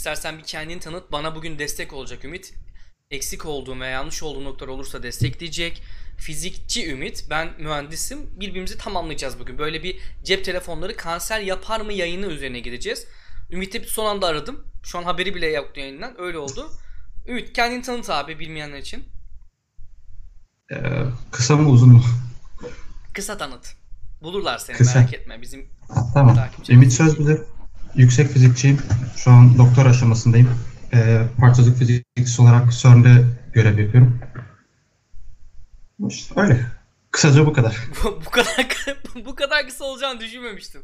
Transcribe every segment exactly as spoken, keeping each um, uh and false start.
İstersen bir kendini tanıt. Bana bugün destek olacak Ümit. Eksik olduğum ve yanlış olduğum noktalar olursa destekleyecek. Fizikçi Ümit, ben mühendisim. Birbirimizi tamamlayacağız bugün. Böyle bir cep telefonları kanser yapar mı yayını üzerine gideceğiz. Ümit'i son anda aradım. Şu an haberi bile yoktu yayından. Öyle oldu. Ümit, kendini tanıt abi bilmeyenler için. Ee, Kısa mı uzun mu? Kısa tanıt. Bulurlar seni, Kısa. merak etme. Bizim Tamam. takipçilerimiz Ümit zeki. Sözbilir. Yüksek fizikçiyim. Şu an doktor aşamasındayım. Ee, parçacık fizikçisi olarak CERN'de görev yapıyorum. İşte öyle. Kısaca bu kadar. Bu, bu kadar bu kadar kısa olacağını düşünmemiştim.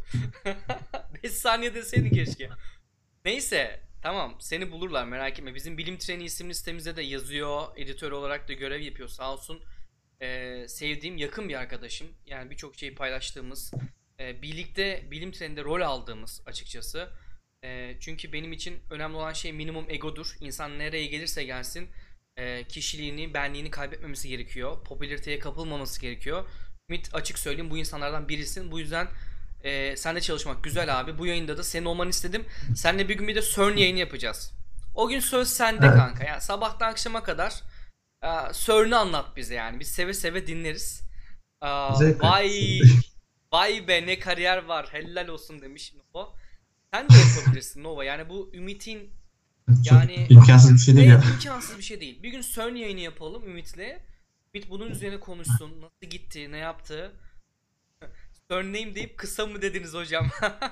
beş saniye deseydin keşke. Neyse, tamam, seni bulurlar, merak etme. Bizim Bilim Treni isimli sitemizde de yazıyor. Editör olarak da görev yapıyor sağ olsun. Ee, sevdiğim yakın bir arkadaşım. Yani birçok şeyi paylaştığımız, e, birlikte Bilim Treni'nde rol aldığımız açıkçası. E, çünkü benim için önemli olan şey minimum egodur. İnsan nereye gelirse gelsin e, kişiliğini, benliğini kaybetmemesi gerekiyor. Popülariteye kapılmaması gerekiyor. Ümit, açık söyleyeyim, bu insanlardan birisin. Bu yüzden e, seninle çalışmak güzel abi. Bu yayında da senin olmanı istedim. Seninle bir gün bir de CERN yayını yapacağız. O gün söz sende Evet. kanka. Yani sabahtan akşama kadar e, CERN'ü anlat bize yani. Biz seve seve dinleriz. Aa, Zevkle. vay vay be, ne kariyer var, helal olsun demiş Nova. Sen de yapabilirsin Nova. Yani bu Ümit'in, Çok yani imkansız bir şey değil evet, ya. imkansız bir şey değil. Bir gün CERN yayını yapalım Ümit'le. Ümit bunun üzerine konuşsun. Nasıl gitti, ne yaptı? CERN'deyim deyip kısa mı dediniz hocam?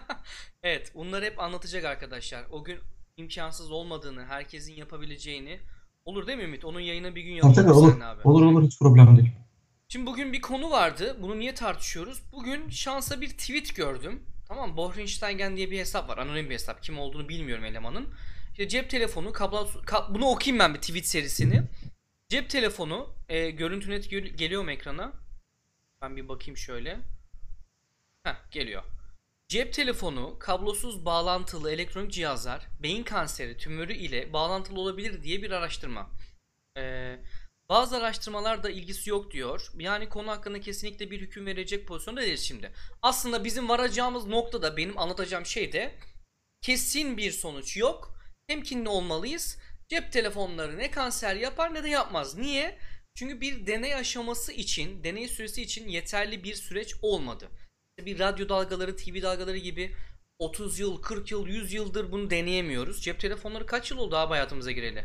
Evet, bunları hep anlatacak arkadaşlar. O gün imkansız olmadığını, herkesin yapabileceğini. Olur değil mi Ümit? Onun yayını bir gün Tabii tabii yapalım olur. seninle abi. Olur olur, hiç problem değil. Şimdi bugün bir konu vardı. Bunu niye tartışıyoruz? Bugün şansa bir tweet gördüm. Tamam, Bohrensteigen diye bir hesap var. Anonim bir hesap. Kim olduğunu bilmiyorum elemanın. İşte cep telefonu, kablo, ka- bunu okuyayım ben bir tweet serisini. Cep telefonu, e, görüntü net gel- geliyor mu ekrana? Ben bir bakayım şöyle. Heh, geliyor. Cep telefonu, kablosuz bağlantılı elektronik cihazlar beyin kanseri tümörü ile bağlantılı olabilir diye bir araştırma. Ee, Bazı araştırmalarda ilgisi yok diyor. Yani konu hakkında kesinlikle bir hüküm verecek pozisyonda değiliz şimdi. Aslında bizim varacağımız noktada, benim anlatacağım şeyde kesin bir sonuç yok. Temkinli olmalıyız. Cep telefonları ne kanser yapar ne de yapmaz. Niye? Çünkü bir deney aşaması için, deney süresi için yeterli bir süreç olmadı. Bir radyo dalgaları, T V dalgaları gibi otuz yıl, kırk yıl, yüz yıldır bunu deneyemiyoruz. Cep telefonları kaç yıl oldu abi hayatımıza gireli?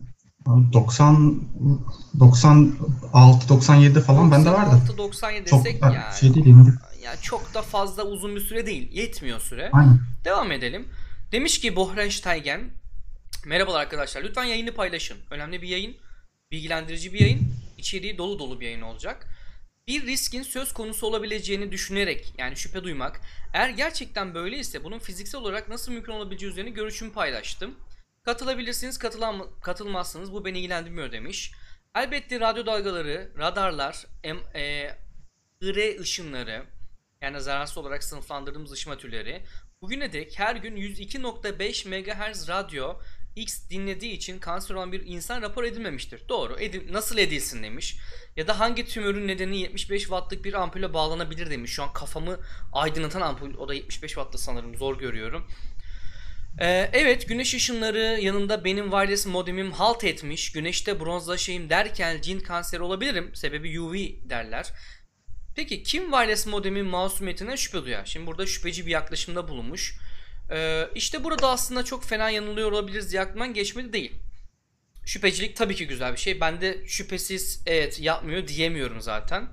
doksan, doksan altı, doksan yedi falan bende vardı. doksan altı doksan yedi Çok desek da yani, şey değil yani. ya çok da fazla uzun bir süre değil. Yetmiyor süre. Aynen. Devam edelim. Demiş ki Bohrensteigen, merhabalar arkadaşlar, lütfen yayını paylaşın. Önemli bir yayın, bilgilendirici bir yayın, içeriği dolu dolu bir yayın olacak. Bir riskin söz konusu olabileceğini düşünerek, yani şüphe duymak, eğer gerçekten böyleyse bunun fiziksel olarak nasıl mümkün olabileceği üzerine görüşümü paylaştım. Katılabilirsiniz, katılan, katılmazsınız, bu beni ilgilendirmiyor demiş. Elbette radyo dalgaları, radarlar, em, e, I R ışınları, yani zararsız olarak sınıflandırdığımız ışıma türleri, bugüne dek her gün yüz iki nokta beş megahertz radyo X dinlediği için kanser olan bir insan rapor edilmemiştir. Doğru. Edil, nasıl edilsin demiş. Ya da hangi tümörün nedeni yetmiş beş wattlık bir ampule bağlanabilir demiş. Şu an kafamı aydınlatan ampul, o da yetmiş beş wattlı sanırım, zor görüyorum. Ee, evet, güneş ışınları yanında benim wireless modemim halt etmiş. Güneşte bronzlaşayım derken cilt kanseri olabilirim. Sebebi U V derler. Peki kim wireless modemin masumiyetinden şüphe duyar? Şimdi burada şüpheci bir yaklaşımda bulunmuş. Ee, işte burada aslında çok fena yanılıyor olabiliriz diye aklımdan geçmedi değil. Şüphecilik tabii ki güzel bir şey. Ben de şüphesiz evet yapmıyor diyemiyorum zaten.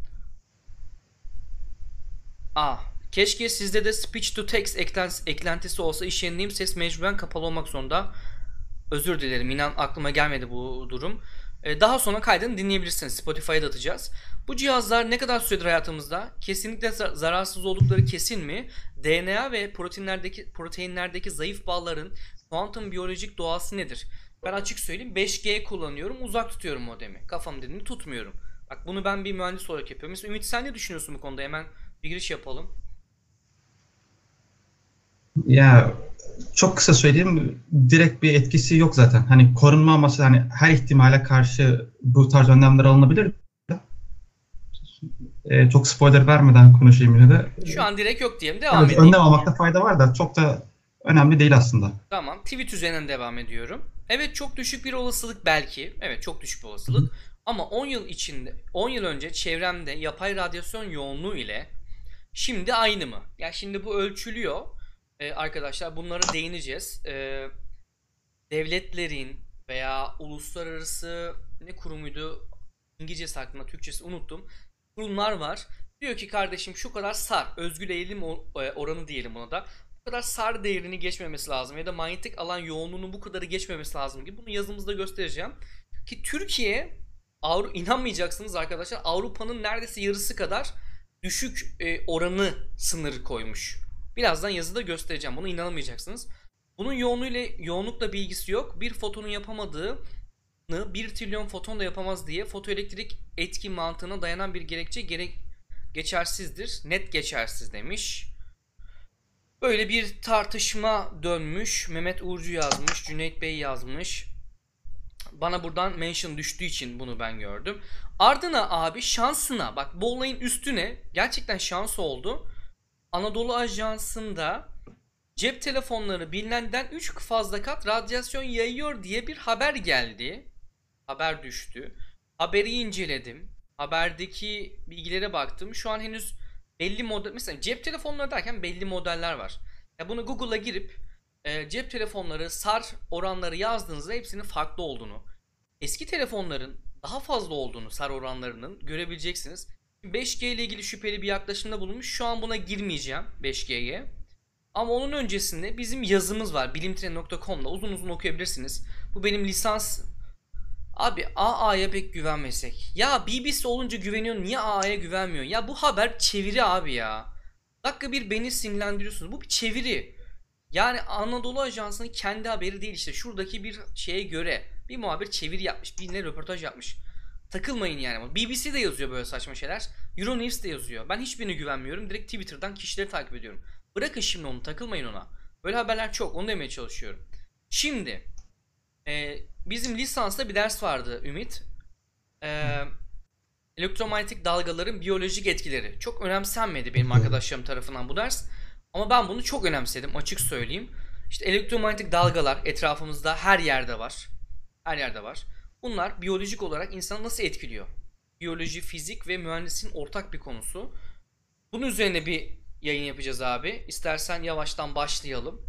Ah, keşke sizde de speech to text eklentisi olsa, iş yerindeyim, ses mecburen kapalı olmak zorunda. Özür dilerim, inan aklıma gelmedi bu durum. Ee, daha sonra kaydını dinleyebilirsiniz. Spotify'a da atacağız. Bu cihazlar ne kadar süredir hayatımızda? Kesinlikle zararsız oldukları kesin mi? D N A ve proteinlerdeki proteinlerdeki zayıf bağların kuantum biyolojik doğası nedir? Ben açık söyleyeyim, beş G kullanıyorum, uzak tutuyorum modemi. Kafam dediğini tutmuyorum. Bak, bunu ben bir mühendis olarak yapıyorum. Mesela Ümit, sen ne düşünüyorsun bu konuda? Hemen bir giriş yapalım. Ya çok kısa söyleyeyim, direkt bir etkisi yok zaten. Hani korunma amaçlı, hani her ihtimale karşı bu tarz önlemler alınabilir. Ee, çok spoiler vermeden konuşayım yine de. Şu an direkt yok diyelim. Devam Evet, edeyim. önlem almakta fayda var da çok da önemli değil aslında. Tamam. Tweet üzerinden devam ediyorum. Evet, çok düşük bir olasılık belki. Evet, çok düşük bir Hı hı. olasılık. Ama on yıl içinde, on yıl önce çevremde yapay radyasyon yoğunluğu ile şimdi aynı mı? Ya şimdi bu ölçülüyor. Ee, arkadaşlar bunlara değineceğiz. Ee, devletlerin veya uluslararası ne kurumuydu? İngilizcesi aklımda, Türkçesi unuttum. Kurumlar var. Diyor ki kardeşim şu kadar SAR, özgül eğilim oranı diyelim buna da. Bu kadar SAR değerini geçmemesi lazım ya da manyetik alan yoğunluğunun bu kadarı geçmemesi lazım gibi. Bunu yazımızda göstereceğim. Ki Türkiye, Avru inanmayacaksınız arkadaşlar, Avrupa'nın neredeyse yarısı kadar düşük e, oranı sınırı koymuş. Birazdan yazıda göstereceğim. Bunu inanamayacaksınız. Bunun yoğunluğuyla yoğunlukla bilgisi yok. Bir fotonun yapamadığını bir trilyon foton da yapamaz diye fotoelektrik etki mantığına dayanan bir gerekçe gerek geçersizdir. Net geçersiz demiş. Böyle bir tartışma dönmüş. Mehmet Uğurcu yazmış. Cüneyt Bey yazmış. Bana buradan mention düştüğü için bunu ben gördüm. Ardına abi şansına bak, bu olayın üstüne gerçekten şans oldu. Anadolu Ajansı'nda cep telefonları bilinenden üç fazla kat radyasyon yayıyor diye bir haber geldi. Haber düştü. Haberi inceledim. Haberdeki bilgilere baktım. Şu an henüz belli model, mesela cep telefonları derken belli modeller var. Ya bunu Google'a girip e, cep telefonları SAR oranları yazdığınızda hepsinin farklı olduğunu, eski telefonların daha fazla olduğunu SAR oranlarının görebileceksiniz. beş G ile ilgili şüpheli bir yaklaşımda bulunmuş. Şu an buna girmeyeceğim, beş G'ye. Ama onun öncesinde bizim yazımız var. bilimtren nokta com'da uzun uzun okuyabilirsiniz. Bu benim lisans. Abi A A'ya pek güvenmesek. Ya B B C olunca güveniyorsun, niye A A'ya güvenmiyorsun? Ya bu haber çeviri abi ya. Dakika bir beni sinirlendiriyorsunuz. Bu bir çeviri. Yani Anadolu Ajansı'nın kendi haberi değil işte. Şuradaki bir şeye göre bir muhabir çeviri yapmış. Birine röportaj yapmış. Takılmayın yani. B B C de yazıyor böyle saçma şeyler. Euronews de yazıyor. Ben hiçbirine güvenmiyorum. Direkt Twitter'dan kişileri takip ediyorum. Bırakın şimdi onu, takılmayın ona. Böyle haberler çok, onu demeye çalışıyorum. Şimdi e, bizim lisansta bir ders vardı Ümit. E, elektromanyetik dalgaların biyolojik etkileri. Çok önemsenmedi benim arkadaşlarım tarafından bu ders. Ama ben bunu çok önemsedim, açık söyleyeyim. İşte elektromanyetik dalgalar etrafımızda her yerde var. Her yerde var. Bunlar biyolojik olarak insanı nasıl etkiliyor? Biyoloji, fizik ve mühendisliğin ortak bir konusu. Bunun üzerine bir yayın yapacağız abi. İstersen yavaştan başlayalım.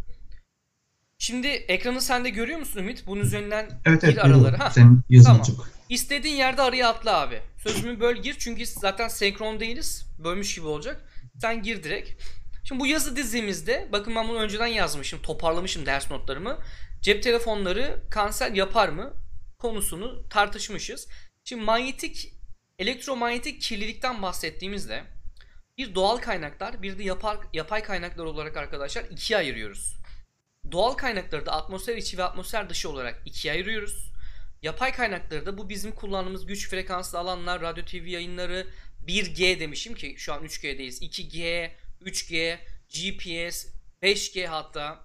Şimdi ekranı sen de görüyor musun Ümit? Bunun üzerinden Evet gir evet araları. görüyorum. Ha, Senin yazın tamam. açık. İstediğin yerde araya atla abi. Sözümü böl gir çünkü zaten senkron değiliz. Bölmüş gibi olacak. Sen gir direkt. Şimdi bu yazı dizimizde, bakın ben bunu önceden yazmışım, toparlamışım ders notlarımı. Cep telefonları kanser yapar mı konusunu tartışmışız. Şimdi manyetik, elektromanyetik kirlilikten bahsettiğimizde bir doğal kaynaklar, bir de yapay, yapay kaynaklar olarak arkadaşlar ikiye ayırıyoruz. Doğal kaynakları da atmosfer içi ve atmosfer dışı olarak ikiye ayırıyoruz. Yapay kaynakları da bu bizim kullandığımız güç frekanslı alanlar, radyo T V yayınları, bir G demişim ki şu an üç G'deyiz. iki G, üç G, G P S, beş G hatta.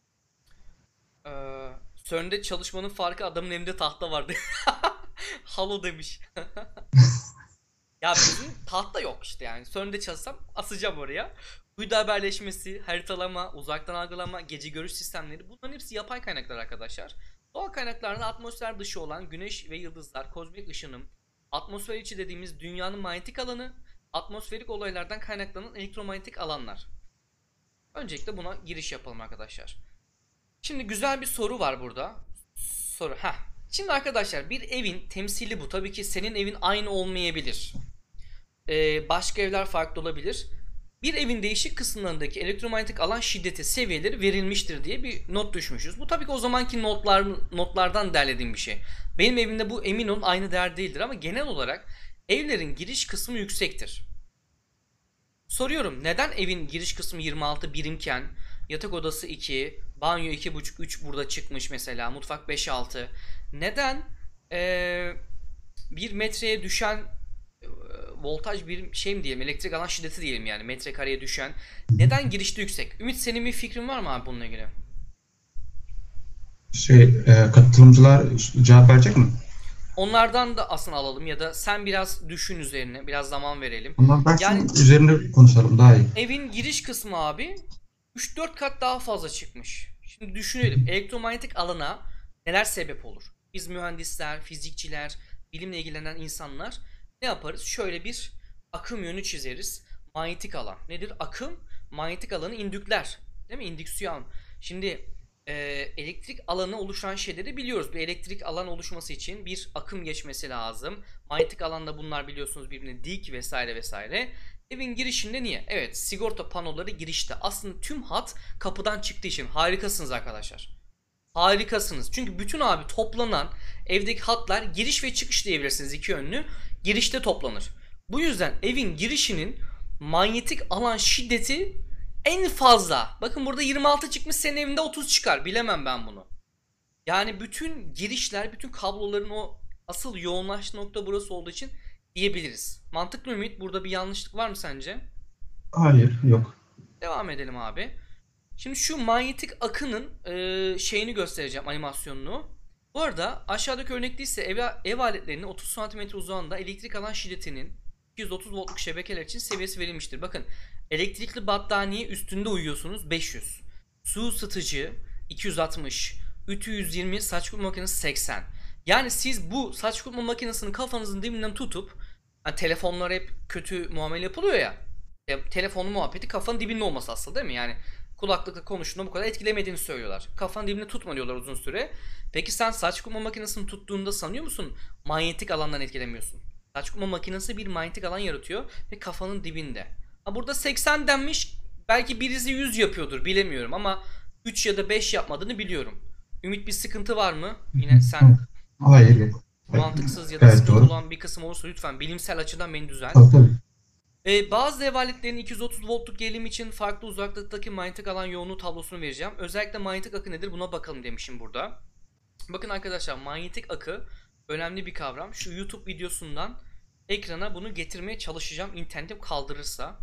Ee, CERN'de çalışmanın farkı adamın elinde tahta vardı. Halo demiş. Ya bizim tahta yok işte yani. CERN'de çalışsam asacağım oraya. Uydu haberleşmesi, haritalama, uzaktan algılama, gece görüş sistemleri, bunların hepsi yapay kaynaklar arkadaşlar. Doğal kaynaklarda atmosfer dışı olan güneş ve yıldızlar, kozmik ışınım, atmosfer içi dediğimiz dünyanın manyetik alanı, atmosferik olaylardan kaynaklanan elektromanyetik alanlar. Öncelikle buna giriş yapalım arkadaşlar. Şimdi güzel bir soru var burada. Soru. Heh. Şimdi arkadaşlar bir evin temsili bu. Tabii ki senin evin aynı olmayabilir. Ee, başka evler farklı olabilir. Bir evin değişik kısımlarındaki elektromanyetik alan şiddeti seviyeleri verilmiştir diye bir not düşmüşüz. Bu tabii ki o zamanki notlar, notlardan derlediğim bir şey. Benim evimde bu emin olun aynı değer değildir ama genel olarak evlerin giriş kısmı yüksektir. Soruyorum, neden evin giriş kısmı yirmi altı birimken yatak odası iki, banyo iki buçuk üç burada çıkmış mesela, mutfak beş altı. Neden ee, bir metreye düşen e, voltaj bir şey mi diyelim, elektrik alan şiddeti diyelim yani metrekareye düşen. Neden girişte yüksek? Ümit, senin bir fikrin var mı abi bununla ilgili? Şey, e, katılımcılar cevap verecek mi? Onlardan da aslında alalım ya da sen biraz düşün üzerine, biraz zaman verelim. Onlar baksın, Yani üzerine konuşalım daha iyi. evin giriş kısmı abi üç dört kat daha fazla çıkmış. Şimdi düşünelim, elektromanyetik alana neler sebep olur? Biz mühendisler, fizikçiler, bilimle ilgilenen insanlar ne yaparız? Şöyle bir akım yönü çizeriz. Manyetik alan. Nedir? Akım, manyetik alanı indükler. Değil mi? İndüksiyon. Şimdi e, elektrik alanı oluşan şeyleri biliyoruz. Bir elektrik alan oluşması için bir akım geçmesi lazım. Manyetik alanda bunlar biliyorsunuz birbirine dik vesaire vesaire. Evin girişinde niye? Evet, sigorta panoları girişte. Aslında tüm hat kapıdan çıktığı için harikasınız arkadaşlar. Harikasınız. Çünkü bütün abi toplanan evdeki hatlar giriş ve çıkış diyebilirsiniz, iki yönlü. Girişte toplanır. Bu yüzden evin girişinin manyetik alan şiddeti en fazla. Bakın burada yirmi altı çıkmış, senin evinde otuz çıkar. Bilemem ben bunu. Yani bütün girişler, bütün kabloların o asıl yoğunlaştığı nokta burası olduğu için diyebiliriz. Mantıklı mı Ümit? Burada bir yanlışlık var mı sence? Hayır, yok. Devam edelim abi. Şimdi şu manyetik akının e, şeyini göstereceğim, animasyonunu. Bu arada aşağıdaki örnekte ise ev, ev aletlerinin otuz santimetre uzağında elektrik alan şiddetinin iki yüz otuz voltluk şebekeler için seviyesi verilmiştir. Bakın, elektrikli battaniye üstünde uyuyorsunuz, beş yüz. Su ısıtıcı iki yüz altmış. Ütü yüz yirmi, saç kurutma makinesi seksen. Yani siz bu saç kurutma makinesini kafanızın dibinden tutup, hani telefonlar hep kötü muamele yapılıyor ya. E, telefonun muhabbeti kafanın dibinde olması aslında, değil mi? Yani kulaklıkla konuştuğunda bu kadar etkilemediğini söylüyorlar. Kafanın dibine tutma diyorlar uzun süre. Peki sen saç kurutma makinesini tuttuğunda sanıyor musun manyetik alandan etkilemiyorsun? Saç kurutma makinesi bir manyetik alan yaratıyor ve kafanın dibinde. Ha, burada seksen denmiş, belki birisi yüz yapıyordur, bilemiyorum ama üç ya da beş yapmadığını biliyorum. Ümit, bir sıkıntı var mı? Yine sen Hayır, yok. mantıksız ya da Evet, sıkıntı doğru. olan bir kısım olursa lütfen bilimsel açıdan beni düzelt. Tabii, tabii. Ee, bazı ev aletlerinin iki yüz otuz voltluk gerilim için farklı uzaklıktaki manyetik alan yoğunluğu tablosunu vereceğim. Özellikle manyetik akı nedir, buna bakalım demişim burada. Bakın arkadaşlar, manyetik akı önemli bir kavram. Şu YouTube videosundan ekrana bunu getirmeye çalışacağım, internetim kaldırırsa.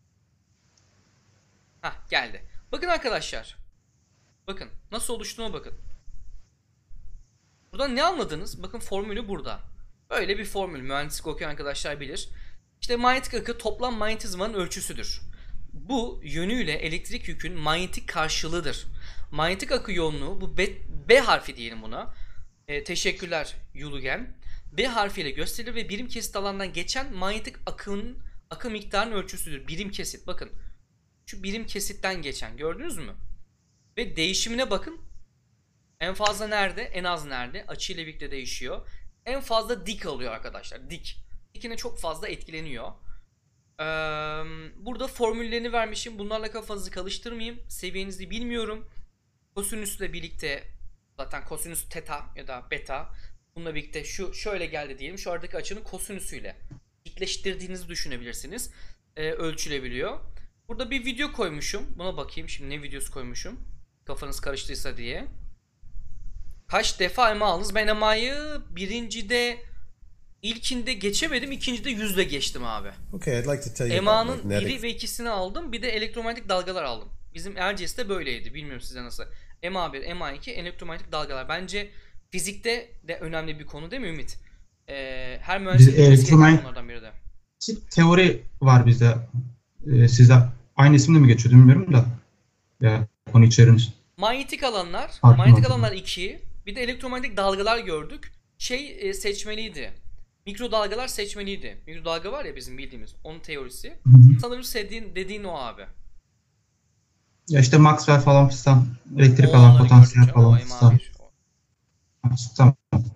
Hah, geldi. Bakın arkadaşlar. Bakın nasıl oluştuğuna bakın. Burada ne anladınız? Bakın formülü burada. Böyle bir formül. Mühendislik okuyan arkadaşlar bilir. İşte manyetik akı toplam manyetizmanın ölçüsüdür. Bu yönüyle elektrik yükün manyetik karşılığıdır. Manyetik akı yoğunluğu, bu B, B harfi diyelim buna. E, teşekkürler Yulugen. B harfiyle gösterilir ve birim kesit alandan geçen manyetik akının akım miktarının ölçüsüdür. Birim kesit. Bakın. Şu birim kesitten geçen. Gördünüz mü? Ve değişimine bakın. En fazla nerede? En az nerede? Açı ile birlikte değişiyor. En fazla dik alıyor arkadaşlar. Dik. Dikine çok fazla etkileniyor. Ee, burada formüllerini vermişim. Bunlarla kafanızı karıştırmayayım. Seviyenizi bilmiyorum. Kosinüsle birlikte, zaten kosinüs teta ya da beta, bununla birlikte şu şöyle geldi diyelim. Şu aradaki açının kosinüsüyle dikleştirdiğinizi düşünebilirsiniz. Ee, ölçülebiliyor. Burada bir video koymuşum. Buna bakayım şimdi, ne videosu koymuşum. Kafanız karıştıysa diye. Kaç defa ema aldınız? Ben emayı birincide, ilkinde geçemedim, ikincide yüzle geçtim abi. Okay, I'd like to tell you about Ema'nın magnetic. biri ve ikisini aldım. Bir de elektromanyetik dalgalar aldım. Bizim Erciyes'te böyleydi. Bilmiyorum size nasıl. Ema bir, Ema iki elektromanyetik dalgalar. Bence fizikte de önemli bir konu, değil mi Ümit? Ee, her mühendislik Biz elektromanyetik konulardan biri de. teori var bizde. Ee, sizde aynı isimle mi geçiyor bilmiyorum da. Ya, konu içeriniz. Manyetik alanlar, Farklı manyetik mantıklı. alanlar iki. Bir de elektromanyetik dalgalar gördük. Şey e, seçmeliydi. Mikrodalgalar seçmeliydi. Mikrodalga var ya bizim bildiğimiz. Onun teorisi. Hı hı. Sanırım sevdiğin, dediğin o abi. Ya işte Maxwell falan fistan, elektrik O alan, onları potansiyel gördük canım, o falan M A fistan. bir. Tamam.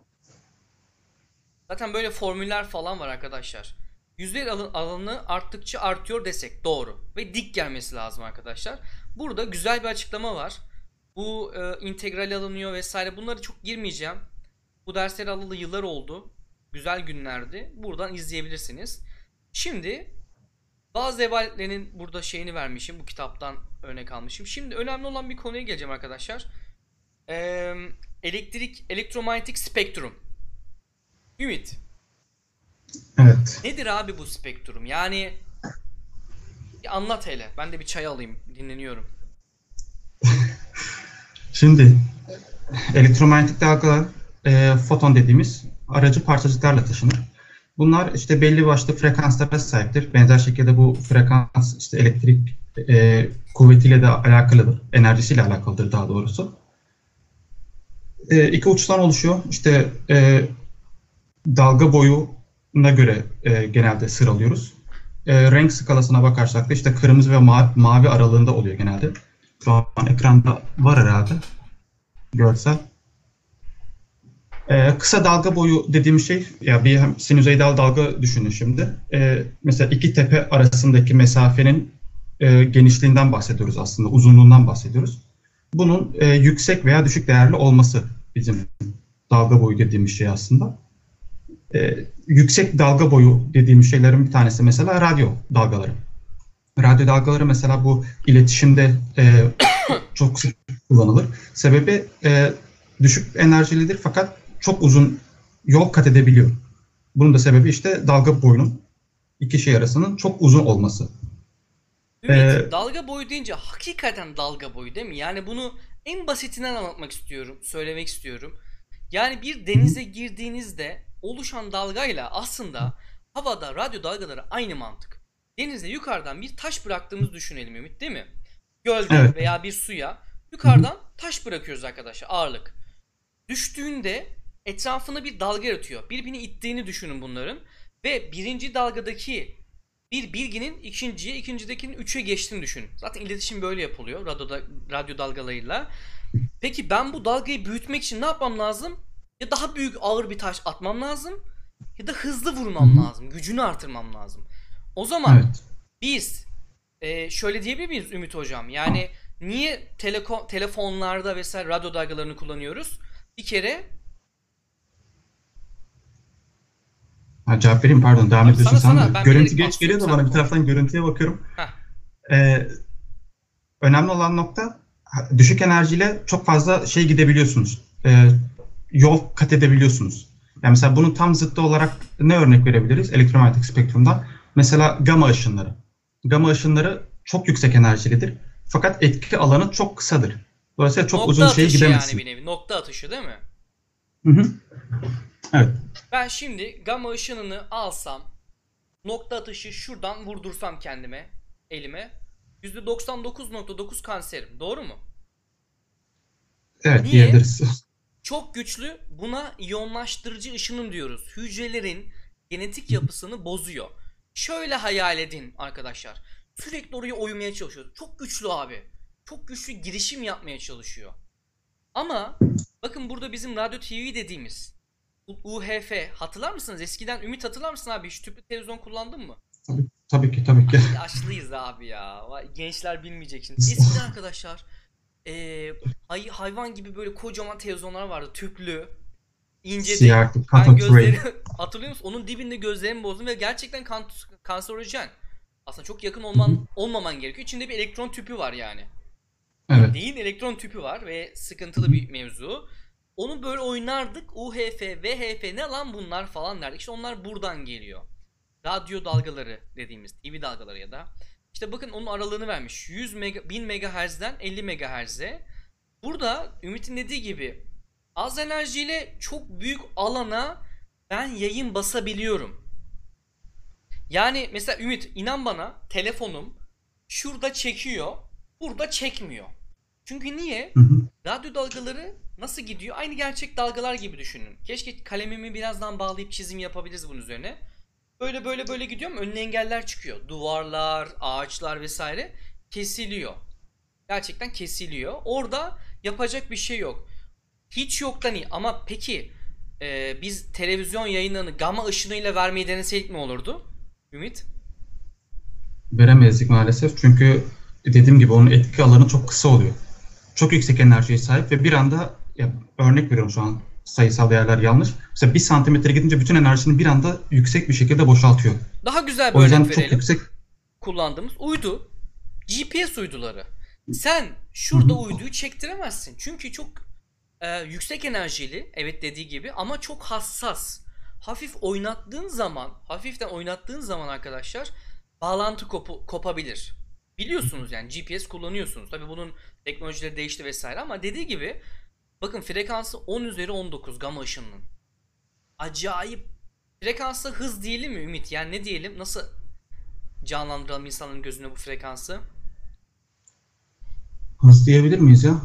Zaten böyle formüller falan var arkadaşlar. Yüzey alan- alanı arttıkça artıyor desek doğru. Ve dik gelmesi lazım arkadaşlar. Burada güzel bir açıklama var. Bu e, integral alınıyor vesaire. Bunları çok girmeyeceğim. Bu dersleri alalı yıllar oldu. Güzel günlerdi. Buradan izleyebilirsiniz. Şimdi bazı ev aletlerinin burada şeyini vermişim. Bu kitaptan örnek almışım. Şimdi önemli olan bir konuya geleceğim arkadaşlar. Ee, elektrik, elektromanyetik spektrum. Ümit, Evet. nedir abi bu spektrum? Yani bir anlat hele. Ben de bir çay alayım. Dinleniyorum. Şimdi elektromanyetik dalgalar e, foton dediğimiz aracı parçacıklarla taşınır. Bunlar işte belli başlı frekanslara sahiptir. Benzer şekilde bu frekans işte elektrik e, kuvvetiyle de alakalıdır. Enerjisiyle alakalıdır daha doğrusu. E, iki uçtan oluşuyor. İşte e, dalga boyuna göre e, genelde sıralıyoruz. E, renk skalasına bakarsak da işte kırmızı ve ma mavi aralığında oluyor genelde. Şu an ekranda var herhalde görsel. E, kısa dalga boyu dediğim şey, ya bir sinüzoidal dalga düşünün şimdi. E, mesela iki tepe arasındaki mesafenin e, genişliğinden bahsediyoruz aslında, uzunluğundan bahsediyoruz. Bunun e, yüksek veya düşük değerli olması bizim dalga boyu dediğimiz şey aslında. E, yüksek dalga boyu dediğimiz şeylerin bir tanesi mesela radyo dalgaları. Radyo dalgaları mesela bu iletişimde e, çok sık kullanılır. Sebebi e, düşük enerjilidir fakat çok uzun yol kat edebiliyor. Bunun da sebebi işte dalga boyunun iki şey arasının çok uzun olması. Ümit, Ee, dalga boyu deyince hakikaten dalga boyu değil mi? Yani bunu en basitinden anlatmak istiyorum, söylemek istiyorum. Yani bir denize girdiğinizde oluşan dalgayla aslında havada radyo dalgaları aynı mantık. Denize yukarıdan bir taş bıraktığımızı düşünelim Ümit, değil mi? Gölde evet. veya bir suya yukarıdan taş bırakıyoruz arkadaşlar, ağırlık. Düştüğünde etrafına bir dalga yaratıyor. Birbirini ittiğini düşünün bunların. Ve birinci dalgadaki bir bilginin ikinciye, ikincidekinin üçe geçtiğini düşünün. Zaten iletişim böyle yapılıyor radyo, radyo dalgalarıyla. Peki ben bu dalgayı büyütmek için ne yapmam lazım? Ya daha büyük ağır bir taş atmam lazım ya da hızlı vurmam lazım. Gücünü artırmam lazım. O zaman Evet. biz e, şöyle diyebilir miyiz Ümit Hocam? Yani niye teleko- telefonlarda vesaire radyo dalgalarını kullanıyoruz? Bir kere Ha, cevap vereyim, pardon, devam Tabii ediyorsun sana sen sana de. ben Görüntü bilerek geç geliyor bastırıyorum, da sen bana bir konuş. taraftan görüntüye bakıyorum. Heh. Ee, önemli olan nokta, düşük enerjiyle çok fazla şey gidebiliyorsunuz. Ee, yol kat edebiliyorsunuz. Yani mesela bunun tam zıttı olarak ne örnek verebiliriz elektromanyetik spektrumdan? Mesela gama ışınları. Gama ışınları çok yüksek enerjilidir. Fakat etki alanı çok kısadır. Dolayısıyla çok Nokta uzun şeye atışı yani, gidemezsin. bir nevi. Nokta atışı değil mi? Hı hı. Evet. Ben şimdi gamma ışınını alsam, nokta atışı şuradan vurdursam kendime, elime, yüzde doksan dokuz nokta dokuz kanserim. Doğru mu? Evet Niye? diyebiliriz. Çok güçlü, buna iyonlaştırıcı ışınım diyoruz. Hücrelerin genetik yapısını bozuyor. Şöyle hayal edin arkadaşlar. Sürekli oraya oymaya çalışıyor. Çok güçlü abi. Çok güçlü girişim yapmaya çalışıyor. Ama bakın burada bizim radyo T V dediğimiz U H F hatırlar mısınız? Eskiden Ümit hatırlar mısın abi? Hiç tüplü televizyon kullandın mı? Tabii, tabii ki tabii ki. Yaşlıyız abi ya. Vay, gençler bilmeyecek şimdi. Eskiden arkadaşlar eee, hay- hayvan gibi böyle kocaman televizyonlar vardı. Tüplü, ince de. Siyah, Ben cathode ray. gözleri hatırlıyor musun? Onun dibinde gözlerimi bozdum ve gerçekten kan kanserojen. Aslında çok yakın olman olmaman gerekiyor. İçinde bir elektron tüpü var yani. Evet. Değil, elektron tüpü var ve sıkıntılı bir mevzu. Onu böyle oynardık. U H F, V H F ne lan bunlar falan derdik. İşte onlar buradan geliyor. Radyo dalgaları dediğimiz T V dalgaları ya da işte bakın onun aralığını vermiş. yüz mega, bin megahertz'den elli megahertz'e. Burada Ümit'in dediği gibi az enerjiyle çok büyük alana ben yayın basabiliyorum. Yani mesela Ümit, inan bana, telefonum şurada çekiyor, burada çekmiyor. Çünkü niye? Hı hı. Radyo dalgaları nasıl gidiyor? Aynı gerçek dalgalar gibi düşünün. Keşke kalemimi birazdan bağlayıp çizim yapabiliriz bunun üzerine. Böyle böyle böyle gidiyor mu? Önüne engeller çıkıyor. Duvarlar, ağaçlar vesaire kesiliyor. Gerçekten kesiliyor. Orada yapacak bir şey yok. Hiç yoktan iyi. Ama peki e, biz televizyon yayınlarını gama ışınıyla vermeyi deneseydik mi olurdu? Ümit? Veremezdik maalesef. Çünkü dediğim gibi onun etki alanı çok kısa oluyor. Çok yüksek enerjiye sahip ve bir anda, ya örnek veriyorum şu an sayısal değerler yanlış. Mesela bir santimetre gidince bütün enerjisini bir anda yüksek bir şekilde boşaltıyor. Daha güzel bir O yüzden örnek çok verelim. yüksek. Kullandığımız uydu. G P S uyduları. Sen şurada uyduyu çektiremezsin. Çünkü çok e, yüksek enerjili, evet dediği gibi, ama çok hassas. Hafif oynattığın zaman, hafiften oynattığın zaman arkadaşlar bağlantı kopu, kopabilir. Biliyorsunuz yani G P S kullanıyorsunuz. Tabii bunun teknolojileri değişti vesaire ama dediği gibi bakın frekansı on üzeri on dokuz gama ışınının. Acayip. Frekansı hız diyelim mi Ümit? Yani ne diyelim? Nasıl canlandıralım insanların gözüne bu frekansı? Hız diyebilir miyiz ya?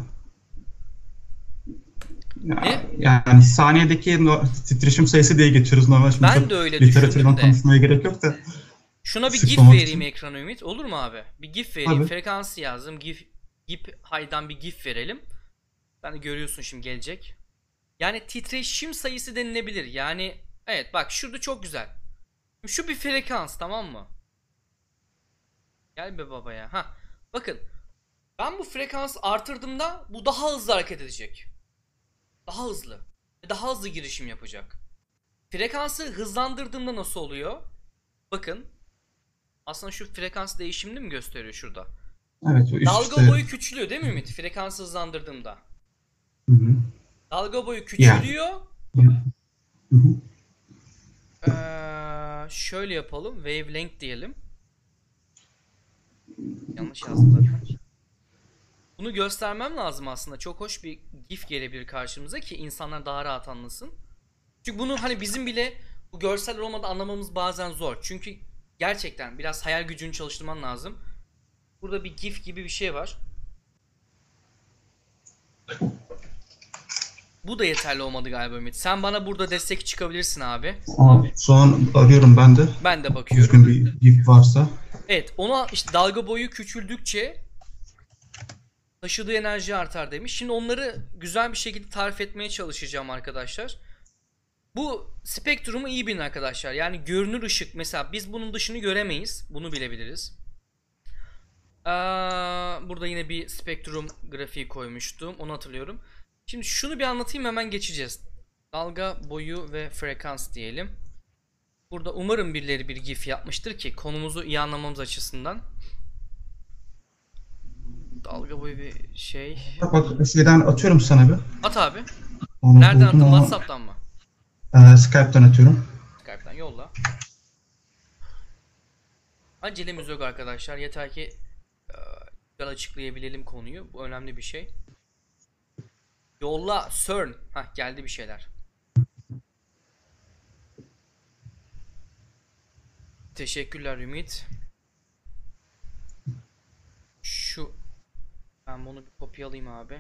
Ne? Yani saniyedeki no, titreşim sayısı diye geçiyoruz normal. Şimdi Ben çok de öyle literatürden düşündüm de. konuşmaya gerek yok da. Şuna bir GIF Sıflamak vereyim için. ekrana Ümit. Olur mu abi? Bir GIF vereyim. Tabii. Frekansı yazdım. GIF, GIF high'dan bir GIF verelim. Ben de görüyorsun şimdi gelecek. Yani titreşim sayısı denilebilir. Yani evet bak şurada çok güzel. Şu bir frekans, tamam mı? Gel be baba ya. Ha. Bakın. Ben bu frekans artırdığımda bu daha hızlı hareket edecek. Daha hızlı. Daha hızlı girişim yapacak. Frekansı hızlandırdığımda nasıl oluyor? Bakın. Aslında şu frekans değişimini mi gösteriyor şurada? Evet, o üst Dalga üste. boyu küçülüyor değil mi Ümit? Frekansı hızlandırdığımda. Hı hı. Dalga boyu Yani. küçülüyor. Hı hı. Ee, şöyle yapalım. Wavelength diyelim. Yanlış yazdım zaten. Bunu göstermem lazım aslında. Çok hoş bir GIF gelebilir karşımıza ki insanlar daha rahat anlasın. Çünkü bunu hani bizim bile bu görseller olmadan anlamamız bazen zor. Çünkü gerçekten biraz hayal gücünü çalıştırman lazım. Burada bir GIF gibi bir şey var. Bu da yeterli olmadı galiba Ümit. Sen bana burada destek çıkabilirsin abi. Abi, şu an arıyorum ben de. Ben de bakıyorum. Düzgün bir GIF varsa. Evet, ona işte dalga boyu küçüldükçe taşıdığı enerji artar demiş. Şimdi onları güzel bir şekilde tarif etmeye çalışacağım arkadaşlar. Bu spektrumu iyi bilin arkadaşlar. Yani görünür ışık mesela biz bunun dışını göremeyiz. Bunu bilebiliriz. Ee, burada yine bir spektrum grafiği koymuştum. Onu hatırlıyorum. Şimdi şunu bir anlatayım, hemen geçeceğiz. Dalga boyu ve frekans diyelim. Burada umarım birileri bir GIF yapmıştır ki konumuzu iyi anlamamız açısından. Dalga boyu bir şey. Bak şeyden atıyorum sana bir. At abi. Onu Nereden attın? buldum ama, WhatsApp'tan mı? e, Skype'tan atıyorum. Skype'tan yolla. Acelemiz yok arkadaşlar. Yeter ki e, güzel açıklayabilelim konuyu. Bu önemli bir şey. Yolla CERN. Hah, geldi bir şeyler. Teşekkürler Ümit. Şu ben bunu bir kopyalayayım abi.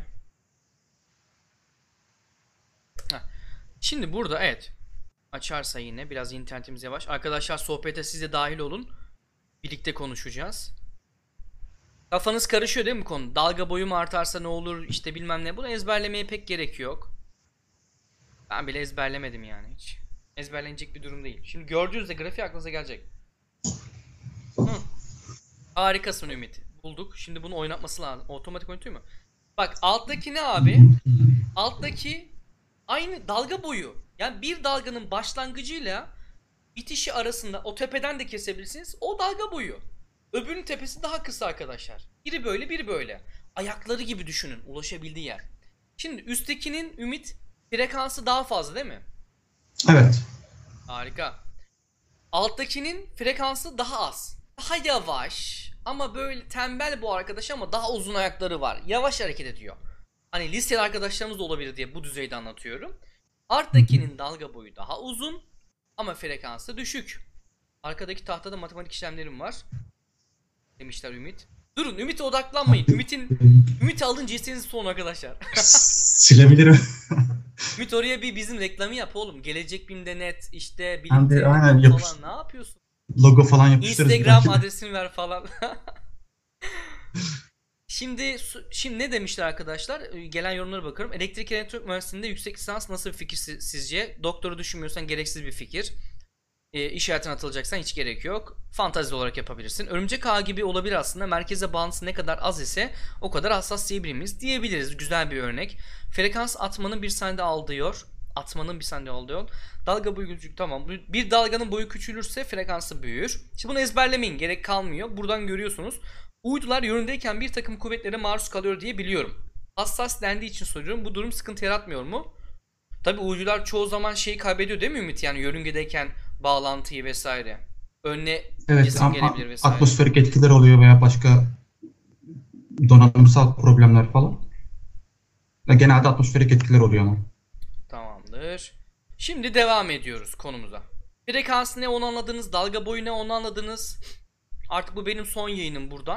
Heh. Şimdi burada evet. Açarsa yine biraz internetimiz yavaş. Arkadaşlar sohbete siz de dahil olun. Birlikte konuşacağız. Kafanız karışıyor değil mi konu? Dalga boyu mu artarsa ne olur işte bilmem ne. Bunu ezberlemeye pek gerek yok. Ben bile ezberlemedim yani hiç. Ezberlenecek bir durum değil. Şimdi gördüğünüzde grafiği aklınıza gelecek. Hı. Harikasın Ümit. Bulduk. Şimdi bunu oynatması lazım. Otomatik oynatıyor mu? Bak alttaki ne abi? Alttaki aynı dalga boyu. Yani bir dalganın başlangıcıyla bitişi arasında o tepeden de kesebilirsiniz. O dalga boyu. Öbürünün tepesi daha kısa arkadaşlar. Biri böyle, biri böyle. Ayakları gibi düşünün ulaşabildiği yer. Şimdi üsttekinin Ümit frekansı daha fazla değil mi? Evet. Harika. Alttakinin frekansı daha az. Daha yavaş ama böyle tembel bu arkadaş ama daha uzun ayakları var. Yavaş hareket ediyor. Hani liseli arkadaşlarımız da olabilir diye bu düzeyde anlatıyorum. Alttakinin dalga boyu daha uzun ama frekansı düşük. Arkadaki tahtada matematik işlemlerim var. Demişler Ümit. Durun Ümit'e odaklanmayın. Ümit'in Ümit'i alınca istediğiniz son arkadaşlar. Silebilirim. Ümit oraya bir bizim reklamı yap oğlum. Gelecek Bim'de net işte Ben de birlikte aynen falan yapış- ne yapıyorsun? Logo falan yapıştırırız. Instagram belki de. adresini ver falan. Şimdi şimdi ne demişler arkadaşlar? Gelen yorumlara bakıyorum. Elektrik elektronik mühendisliğinde yüksek lisans nasıl bir fikir sizce? Doktoru düşünmüyorsan gereksiz bir fikir. E, iş hayatına atılacaksan hiç gerek yok. Fantezi olarak yapabilirsin. Örümcek ağı gibi olabilir aslında. Merkeze bağlantısı ne kadar az ise o kadar hassas diyebiliriz. Diyebiliriz. Güzel bir örnek. Frekans atmanın bir saniyede al diyor. Atmanın bir saniyede al diyor. Dalga boyu küçük, tamam. Bir dalganın boyu küçülürse frekansı büyür. Şimdi bunu ezberlemeyin. Gerek kalmıyor. Buradan görüyorsunuz. Uydular yöründeyken bir takım kuvvetlere maruz kalıyor diye biliyorum. Hassas dendiği için soruyorum. Bu durum sıkıntı yaratmıyor mu? Tabi uydular çoğu zaman şeyi kaybediyor değil mi Ümit? Yani yörüngedeyken bağlantıyı vesaire. Önüne Evet, cisim ama gelebilir vesaire. atmosferik etkiler oluyor veya başka donanımsal problemler falan. Ve genelde atmosferik etkiler oluyor ama. Tamamdır. Şimdi devam ediyoruz konumuza. Frekans ne onu anladınız. Dalga boyu ne onu anladınız. Artık bu benim son yayınım buradan.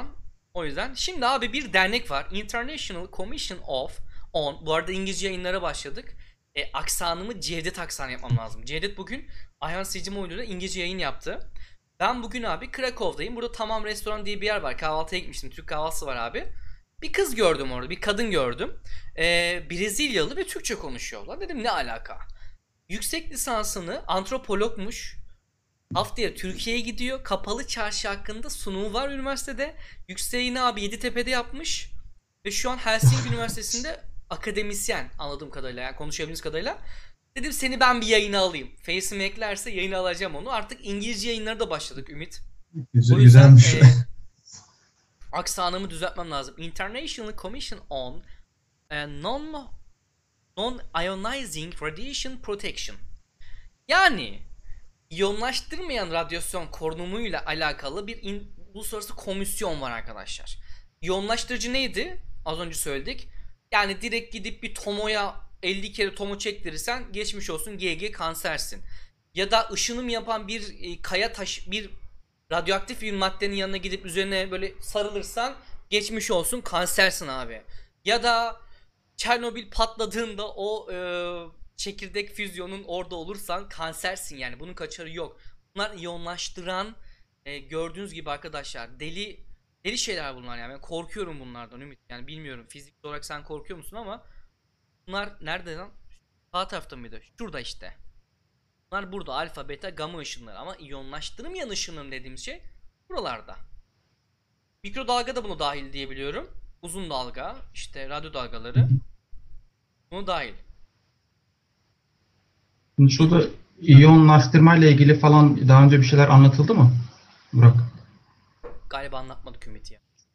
O yüzden şimdi abi bir dernek var. International Commission of on. Bu arada İngilizce yayınlara başladık. E, aksanımı Cevdet aksanı yapmam lazım. Cevdet bugün Ayhan Sicimoğlu'yla İngilizce yayın yaptı. Ben bugün abi Krakow'dayım. Burada Tamam Restoran diye bir yer var. Kahvaltıya gitmiştim. Türk kahvaltısı var abi. Bir kız gördüm orada. Bir kadın gördüm. Ee, Brezilyalı ve Türkçe konuşuyorlar. Dedim ne alaka? Yüksek lisansını antropologmuş. Haftaya Türkiye'ye gidiyor. Kapalı çarşı hakkında sunumu var üniversitede. Yükseğini abi Yeditepe'de yapmış. Ve şu an Helsinki Üniversitesi'nde akademisyen anladığım kadarıyla. Yani konuşabildiğimiz kadarıyla. Dedim seni ben bir yayına alayım. Face'imi eklerse yayına alacağım onu. Artık İngilizce yayınları da başladık Ümit. Güzel, O yüzden güzelmiş. e, aksanımı düzeltmem lazım. International Commission on e, Non Non-Ionizing Radiation Protection. Yani iyonlaştırmayan radyasyon korunumuyla alakalı bir in, uluslararası komisyon var arkadaşlar. İyonlaştırıcı neydi? Az önce söyledik. Yani direkt gidip bir tomoya elli kere tomo çektirirsen geçmiş olsun G G kansersin. Ya da ışınım yapan bir e, kaya taş bir radyoaktif bir maddenin yanına gidip üzerine böyle sarılırsan geçmiş olsun kansersin abi. Ya da Çernobil patladığında o e, çekirdek füzyonun orada olursan kansersin yani. Bunun kaçarı yok. Bunlar iyonlaştıran e, gördüğünüz gibi arkadaşlar deli deli şeyler bunlar yani. Ben korkuyorum bunlardan Ümit. Yani bilmiyorum fizik olarak sen korkuyor musun ama bunlar nerede lan? Sağ tarafta mıydı? Şurada işte. Bunlar burada alfa, beta, gamma ışınları ama iyonlaştırmayan ışınım dediğimiz şey buralarda. Mikrodalga da bunu dahil diyebiliyorum. Uzun dalga, işte radyo dalgaları bunu dahil. Şimdi şurada iyonlaştırma ile ilgili falan daha önce bir şeyler anlatıldı mı Burak? Galiba anlatmadık Ümit ya.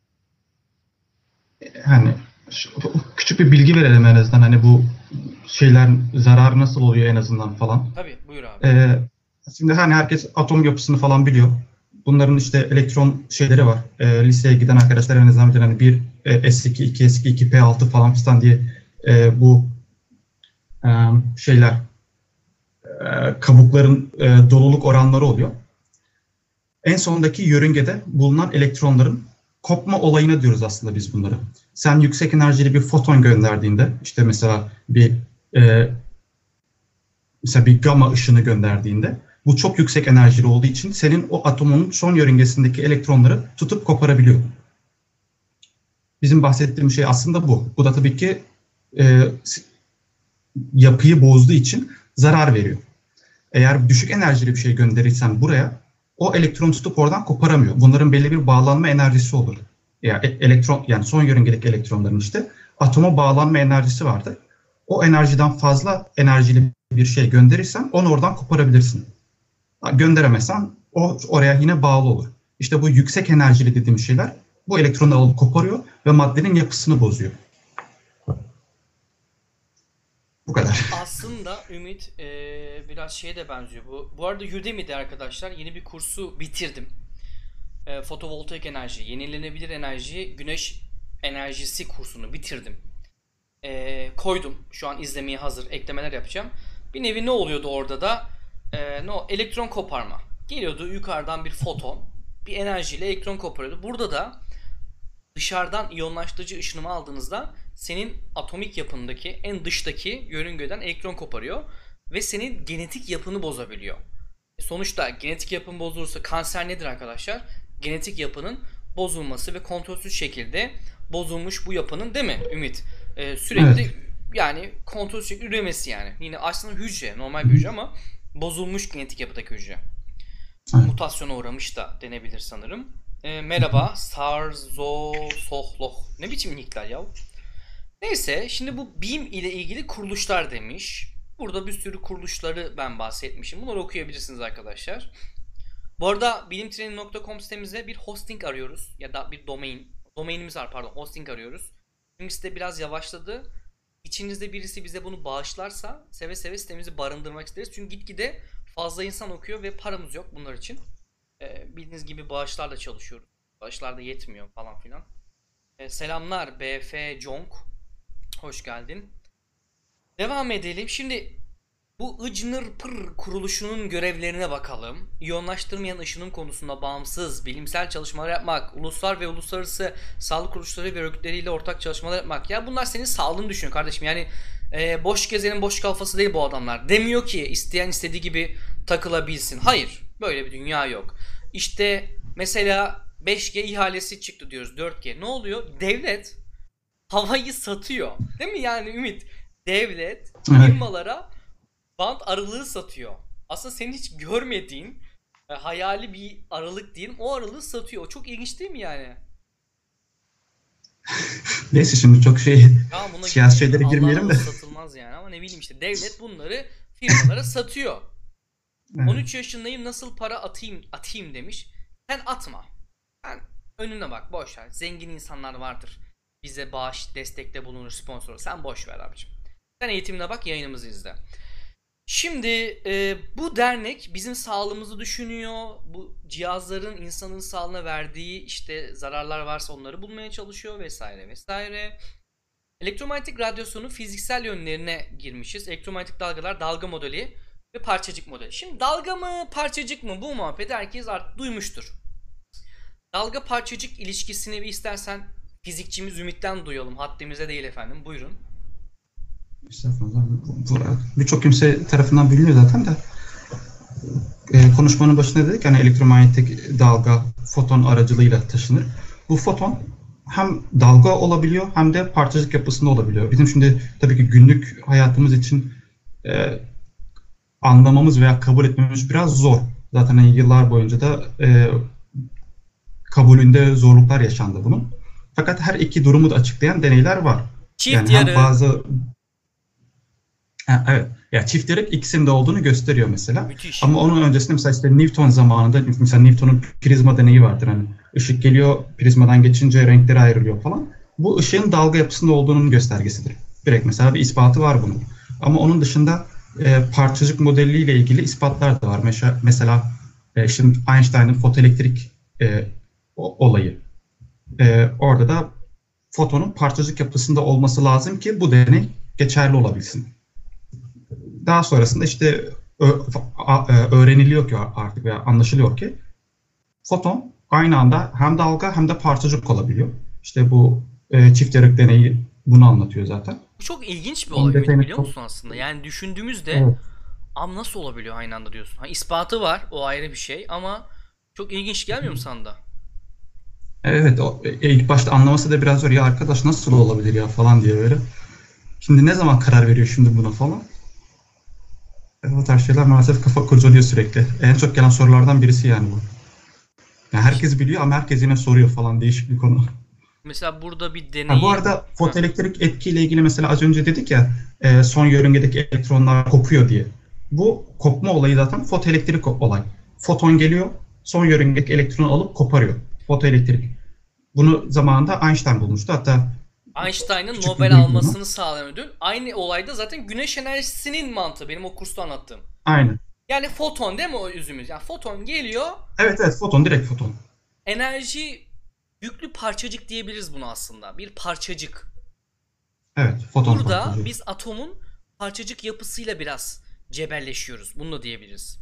Hani şu- küçük bir bilgi verelim en azından hani bu şeyler zararı nasıl oluyor en azından falan. Tabii buyur abi. Ee, Şimdi hani herkes atom yapısını falan biliyor. Bunların işte elektron şeyleri var. Ee, liseye giden arkadaşlar en azından bilir. Hani bir e, S iki, iki S iki, iki P altı falan filan diye e, bu e, şeyler e, kabukların e, doluluk oranları oluyor. En sondaki yörüngede bulunan elektronların kopma olayına diyoruz aslında biz bunları. Sen yüksek enerjili bir foton gönderdiğinde, işte mesela bir e, mesela bir gamma ışını gönderdiğinde, bu çok yüksek enerjili olduğu için senin o atomunun son yörüngesindeki elektronları tutup koparabiliyor. Bizim bahsettiğim şey aslında bu. Bu da tabii ki e, yapıyı bozduğu için zarar veriyor. Eğer düşük enerjili bir şey gönderirsen buraya, o elektronu tutup oradan koparamıyor. Bunların belli bir bağlanma enerjisi olur. Yani elektron, yani son yörüngedeki elektronların işte atoma bağlanma enerjisi vardır. O enerjiden fazla enerjili bir şey gönderirsen onu oradan koparabilirsin. Gönderemezsen o oraya yine bağlı olur. İşte bu yüksek enerjili dediğimiz şeyler bu elektronu alıp koparıyor ve maddenin yapısını bozuyor. Bu kadar. Aslında Ümit eee, biraz şeye de benziyor bu. Bu arada Udemy'de arkadaşlar yeni bir kursu bitirdim. Eee, fotovoltaik enerji, yenilenebilir enerji, güneş enerjisi kursunu bitirdim. Eee, koydum. Şu an izlemeye hazır. Eklemeler yapacağım. Bir nevi ne oluyordu orada da? Eee, no, elektron koparma. Geliyordu yukarıdan bir foton. Bir enerjiyle elektron koparıyordu. Burada da dışarıdan iyonlaştırıcı ışınımı aldığınızda senin atomik yapındaki en dıştaki yörüngeden elektron koparıyor ve senin genetik yapını bozabiliyor. E sonuçta genetik yapın bozulursa kanser nedir arkadaşlar? Genetik yapının bozulması ve kontrolsüz şekilde bozulmuş bu yapının değil mi Ümit? Ee, sürekli Evet. yani kontrolsüz şekilde üremesi yani. Yine aslında hücre, normal bir hücre ama bozulmuş genetik yapıdaki hücre. Evet. Mutasyona uğramış da denebilir sanırım. E, merhaba Sarzosohloh. Ne biçim nickler ya? Neyse şimdi bu B İ M ile ilgili kuruluşlar demiş. Burada bir sürü kuruluşları ben bahsetmişim. Bunları okuyabilirsiniz arkadaşlar. Bu arada bilimtraining nokta com sitemize bir hosting arıyoruz. Ya da bir domain. Domainimiz var pardon. Hosting arıyoruz. Çünkü site biraz yavaşladı. İçinizde birisi bize bunu bağışlarsa seve seve sitemizi barındırmak isteriz. Çünkü gitgide fazla insan okuyor ve paramız yok bunlar için. Ee, bildiğiniz gibi bağışlarla çalışıyoruz. Bağışlar da yetmiyor falan filan. Ee, selamlar B F Jong. Hoş geldin. Devam edelim. Şimdi Bu ICNIRP kuruluşunun görevlerine bakalım. İyonlaştırmayan ışınım konusunda bağımsız bilimsel çalışmalar yapmak, uluslar ve uluslararası sağlık kuruluşları ve örgütleriyle ortak çalışmalar yapmak. Ya bunlar senin sağlığını düşünüyor kardeşim. Yani e, boş gezenin boş kafası değil bu adamlar. Demiyor ki isteyen istediği gibi takılabilsin. Hayır, böyle bir dünya yok. İşte mesela beş G ihalesi çıktı diyoruz, dört G. Ne oluyor? Devlet havayı satıyor. Değil mi yani Ümit? Devlet Evet. firmalara bant aralığı satıyor. Aslında senin hiç görmediğin e, hayali bir aralık diyelim, o aralığı satıyor. O çok ilginç değil mi yani? Neyse şimdi çok şey Ya buna siyasi girmeyelim. şeylere Allah girmeyelim Allah, de. satılmaz yani, ama ne bileyim işte devlet bunları firmalara satıyor. Evet. on üç yaşındayım, nasıl para atayım atayım demiş. Sen atma. Sen önüne bak, boş ver. Zengin insanlar vardır. Bize bağış, destekte bulunur, sponsor. Sen boş ver abicim. Sen eğitimine bak, yayınımızı izle. Şimdi e, bu dernek bizim sağlığımızı düşünüyor. Bu cihazların insanın sağlığına verdiği işte zararlar varsa onları bulmaya çalışıyor vesaire vesaire. Elektromanyetik radyasyonun fiziksel yönlerine girmişiz. Elektromanyetik dalgalar, dalga modeli ve parçacık modeli. Şimdi dalga mı parçacık mı, bu muhabbeti herkes artık duymuştur. Dalga parçacık ilişkisini bir istersen fizikçimiz Ümit'ten duyalım. Haddimize değil efendim. Buyurun. Estağfurullah. Bu- bu- Birçok kimse tarafından biliniyor zaten de. E, konuşmanın başında dedik hani elektromanyetik dalga foton aracılığıyla taşınır. Bu foton hem dalga olabiliyor hem de parçacık yapısında olabiliyor. Bizim şimdi tabii ki günlük hayatımız için e, anlamamız veya kabul etmemiz biraz zor. Zaten hani yıllar boyunca da e, kabulünde zorluklar yaşandı bunun. Fakat her iki durumu da açıklayan deneyler var. Çift Yani yarı. hem bazı Ha, evet. Ya çift yarık ikisinin de olduğunu gösteriyor mesela. Müthiş. Ama onun öncesinde mesela işte Newton zamanında mesela Newton'un prizma deneyi vardır. Hani ışık geliyor, prizmadan geçince renkleri ayrılıyor falan. Bu ışığın dalga yapısında olduğunun göstergesidir. Direkt mesela bir ispatı var bunun. Ama onun dışında e, parçacık modeliyle ilgili ispatlar da var. Mesela, mesela e, şimdi Einstein'ın fotoelektrik e, o- olayı. E, orada da fotonun parçacık yapısında olması lazım ki bu deney geçerli olabilsin. Daha sonrasında işte öğreniliyor ki artık veya anlaşılıyor ki foton aynı anda hem dalga hem de parçacık olabiliyor. İşte bu e, çift yarık deneyi bunu anlatıyor zaten. Bu çok ilginç bir Onun olay Ümit, detayını biliyor çok... musun aslında? Yani düşündüğümüzde Evet. am nasıl olabiliyor aynı anda diyorsun. Ha, ispatı var, o ayrı bir şey, ama çok ilginç gelmiyor mu sana da? Evet, o, e, ilk başta anlaması da biraz zor. Ya arkadaş nasıl olabilir ya falan diye böyle. Şimdi ne zaman karar veriyor şimdi buna falan? E, o tarz şeyler maalesef kafa kurcalıyor sürekli. En çok gelen sorulardan birisi yani bu. Yani herkes biliyor ama herkes yine soruyor falan, değişik bir konu. Mesela burada bir Ha, bu deneyi... arada Ha, fotoelektrik etkiyle ilgili mesela az önce dedik ya e, son yörüngedeki elektronlar kopuyor diye. Bu kopma olayı zaten fotoelektrik olay. Foton geliyor, son yörüngedeki elektronu alıp koparıyor. Fotoelektrik. Bunu zamanında Einstein bulmuştu. Hatta Einstein'ın küçük bir Nobel bilgi bunu. almasını sağlayan ödül. Aynı olayda zaten güneş enerjisinin mantığı, benim o kursta anlattığım. Aynen. Yani foton değil mi o yüzümüz? Yani foton geliyor, Evet evet, foton, direkt foton. enerji yüklü parçacık diyebiliriz bunu aslında. Bir parçacık. Evet, foton Burada parçacığı. biz atomun parçacık yapısıyla biraz cebelleşiyoruz. Bunu da diyebiliriz.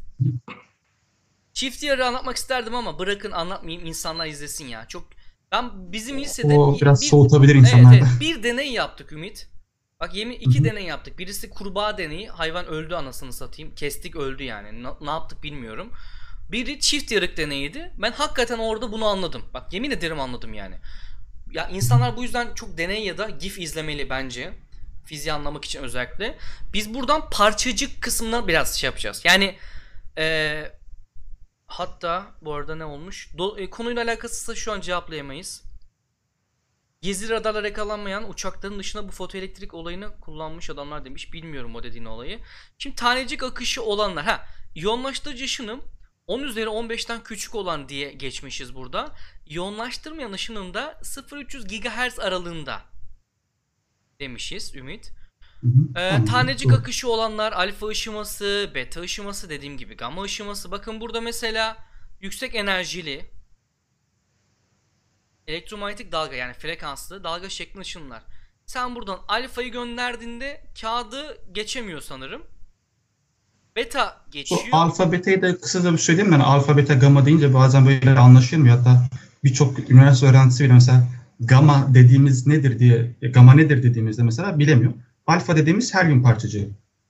Çift yarı anlatmak isterdim ama bırakın anlatmayayım, insanlar izlesin ya. Çok ben bizim lisede O bir, biraz bir soğutabilir evet, insanlarda. evet, bir deney yaptık Ümit. Bak yemin, iki deney yaptık. Birisi kurbağa deneyi. Hayvan öldü, anasını satayım. Kestik, öldü yani. Ne, ne yaptık bilmiyorum. Biri çift yarık deneyiydi. Ben hakikaten orada bunu anladım. Bak yemin ederim anladım yani. Ya insanlar bu yüzden çok deney ya da GIF izlemeli bence. Fiziği anlamak için özellikle. Biz buradan parçacık kısmına biraz şey yapacağız. Yani ee, hatta bu arada ne olmuş? Do- e, konuyla alakasızsa şu an cevaplayamayız. Gezi radarlara yakalanmayan uçakların dışında bu fotoelektrik olayını kullanmış adamlar demiş. Bilmiyorum o dediğin olayı. Şimdi tanecik akışı olanlar. Ha, iyonlaştırıcı ışınım on üzeri on beşten küçük olan diye geçmişiz burada. İyonlaştırmayan ışınım da sıfır virgül üç yüz gigahertz aralığında demişiz Ümit. Hı hı. Ee, Tamam, tanecik doğru. akışı olanlar alfa ışıması, beta ışıması, dediğim gibi gamma ışıması. Bakın burada mesela yüksek enerjili elektromanyetik dalga, yani frekanslı dalga şeklinde ışınlar. Sen buradan alfayı gönderdiğinde kağıdı geçemiyor sanırım. Beta Bu geçiyor. alfa beta'yı da kısaca bir söyleyeyim mi? Yani alfa beta gamma deyince bazen böyle anlaşılmıyor. Hatta birçok üniversite öğrencisi bile mesela gamma dediğimiz nedir diye, e, gamma nedir dediğimizde mesela bilemiyor. Alfa dediğimiz helyum parçacığı.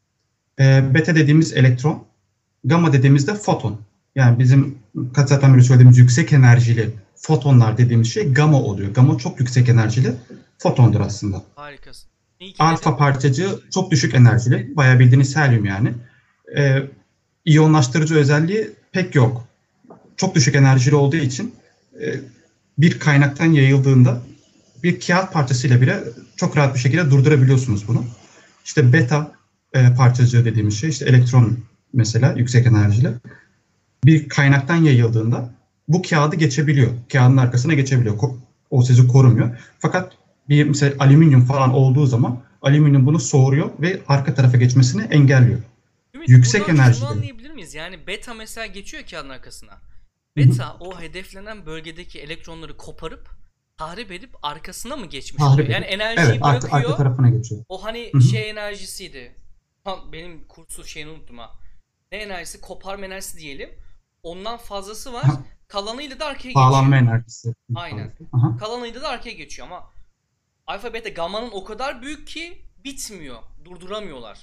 E, beta dediğimiz elektron. Gamma dediğimizde foton. Yani bizim kaç zaten beri söylediğimiz yüksek enerjili fotonlar dediğimiz şey gamma oluyor. Gamma çok yüksek enerjili fotondur aslında. Harikasın. İyi ki Alfa dedim. parçacığı çok düşük enerjili. Bayağı bildiğiniz helyum yani. Ee, iyonlaştırıcı özelliği pek yok. Çok düşük enerjili olduğu için e, bir kaynaktan yayıldığında bir kağıt parçasıyla bile çok rahat bir şekilde durdurabiliyorsunuz bunu. İşte beta e, parçacığı dediğimiz şey, işte elektron mesela yüksek enerjili. Bir kaynaktan yayıldığında bu kağıdı geçebiliyor. Kağıdın arkasına geçebiliyor. O sizi korumuyor. Fakat bir mesela alüminyum falan olduğu zaman alüminyum bunu soğuruyor ve arka tarafa geçmesini engelliyor. Ümit, Yüksek buradan şunu enerjili. anlayabilir miyiz? Yani beta mesela geçiyor kağıdın arkasına. Hı hı. Beta o hedeflenen bölgedeki elektronları koparıp tahrip edip arkasına mı geçmiş Tahrip oluyor? Yani edip, enerjiyi evet, arka, arka bırakıyor. tarafına geçiyor. O hani Hı hı. şey enerjisiydi. Tam benim kursu şeyini unuttum ha. Ne enerjisi? Koparma enerjisi diyelim. Ondan fazlası var. Aha, Kalanıyla da arkaya bağlanma geçiyor. enerjisi. Aynen. Aha. Kalanıyla da arkaya geçiyor ama alfa beta gamma'nın o kadar büyük ki bitmiyor. Durduramıyorlar.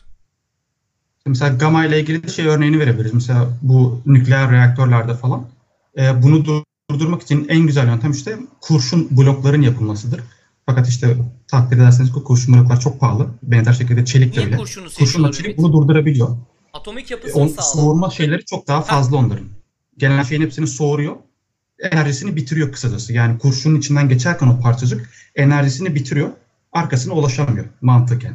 Mesela gamma ile ilgili de şey örneğini verebiliriz. Mesela bu nükleer reaktörlerde falan. E, bunu durdurmak için en güzel yöntem işte kurşun blokların yapılmasıdır. Fakat işte takdir ederseniz ki kurşun bloklar çok pahalı. Benzer şekilde çelik de Niye öyle. kurşunu Kurşunla seçiyorlar çelik Ümit? bunu durdurabiliyor. Atomik E, yapısını onun sağlam. soğurma şeyleri çok daha Heh, fazla onların. Gelen şeyin hepsini soğuruyor. Enerjisini bitiriyor kısacası. Yani kurşunun içinden geçerken o parçacık enerjisini bitiriyor. Arkasına ulaşamıyor mantıken.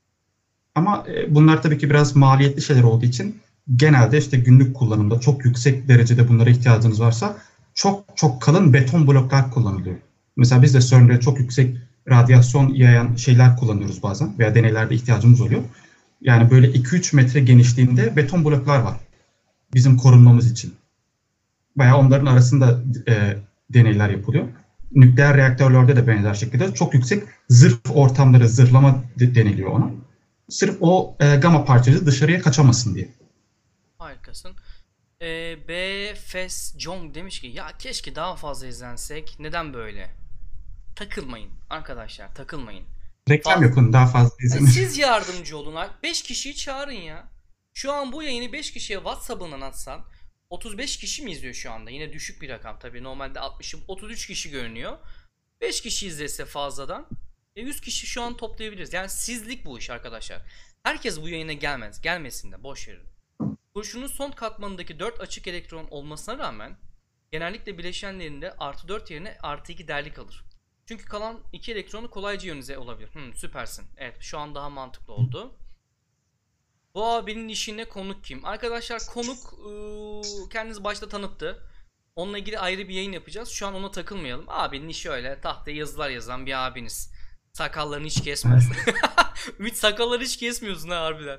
Ama e, bunlar tabii ki biraz maliyetli şeyler olduğu için genelde işte günlük kullanımda çok yüksek derecede bunlara ihtiyacınız varsa çok çok kalın beton bloklar kullanılıyor. Mesela biz de CERN'de çok yüksek radyasyon yayan şeyler kullanıyoruz bazen veya deneylerde ihtiyacımız oluyor. Yani böyle iki üç metre genişliğinde beton bloklar var bizim korunmamız için. Bayağı onların arasında e, deneyler yapılıyor. Nükleer reaktörlerde de benzer şekilde çok yüksek zırh ortamları, zırhlama de, deniliyor ona. Sırf o e, gamma parçacığı dışarıya kaçamasın diye. harikasın. Ee, B. Fes Jong demiş ki ya keşke daha fazla izlensek. Neden böyle? Takılmayın arkadaşlar, takılmayın. Reklam Fa- yapın daha fazla Yani izlenin. siz yardımcı olun. beş kişiyi çağırın ya. Şu an bu yayını beş kişiye WhatsApp'ından atsan otuz beş kişi mi izliyor şu anda? Yine düşük bir rakam tabii. Normalde altmışım otuz üç kişi görünüyor. beş kişi izlese fazladan e yüz kişi şu an toplayabiliriz. Yani sizlik bu iş arkadaşlar. Herkes bu yayına gelmez. Gelmesin de boş verin. Kurşunun son katmanındaki dört açık elektron olmasına rağmen genellikle bileşenlerinde artı dört yerine artı iki değerli kalır. Çünkü kalan iki elektronu kolayca iyonize olabilir. Hmm, süpersin. Evet, şu an daha mantıklı oldu. Bu abinin işine konuk kim? Arkadaşlar konuk ıı, kendinizi başta tanıttı. Onunla ilgili ayrı bir yayın yapacağız. Şu an ona takılmayalım. Abinin işi öyle. Tahtaya yazılar yazan bir abiniz. Sakallarını hiç kesmez. Ümit sakalları hiç kesmiyorsun ha harbiden.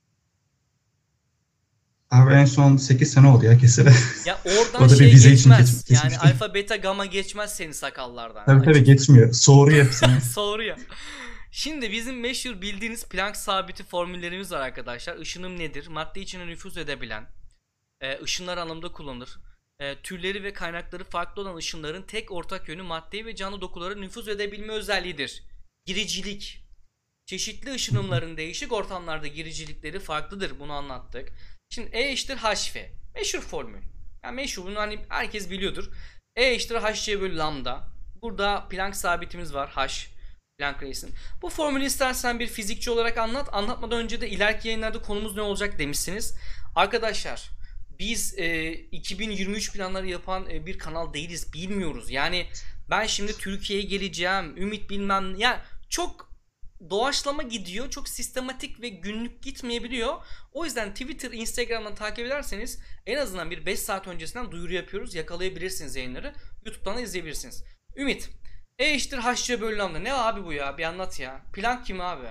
Abi en son sekiz sene oldu ya keseli. Ya O oradan da bir şey vize için geçmez. kes- Yani kesmiştim. alfa beta gamma geçmez senin sakallardan. Tabii tabii Açık- geçmiyor. Soğuruyor hepsini. Soru ya. Şimdi bizim meşhur bildiğiniz Planck sabiti formüllerimiz var arkadaşlar. Işınım nedir? Madde içine nüfuz edebilen, e, ışınlar anlamında kullanılır. E, türleri ve kaynakları farklı olan ışınların tek ortak yönü maddeye ve canlı dokulara nüfuz edebilme özelliğidir. Giricilik. Çeşitli ışınımların değişik ortamlarda giricilikleri farklıdır. Bunu anlattık. Şimdi E eşittir H F. Meşhur formül. Yani meşhur, bunu hani herkes biliyordur. E eşittir H C bölü lambda. Burada Planck sabitimiz var. H. Planck Reis'in. Bu formülü istersen bir fizikçi olarak anlat. Anlatmadan önce de ileriki yayınlarda konumuz ne olacak demişsiniz. Arkadaşlar biz e, iki bin yirmi üç planları yapan e, bir kanal değiliz. Bilmiyoruz. Yani ben şimdi Türkiye'ye geleceğim. Ümit bilmem. Yani çok doğaçlama gidiyor. Çok sistematik ve günlük gitmeyebiliyor. O yüzden Twitter, Instagram'dan takip ederseniz en azından bir beş saat öncesinden duyuru yapıyoruz. Yakalayabilirsiniz yayınları. YouTube'dan da izleyebilirsiniz. Ümit. E eşittir H C bölü lambda. Ne abi bu ya? Bir anlat ya. Planck kim abi?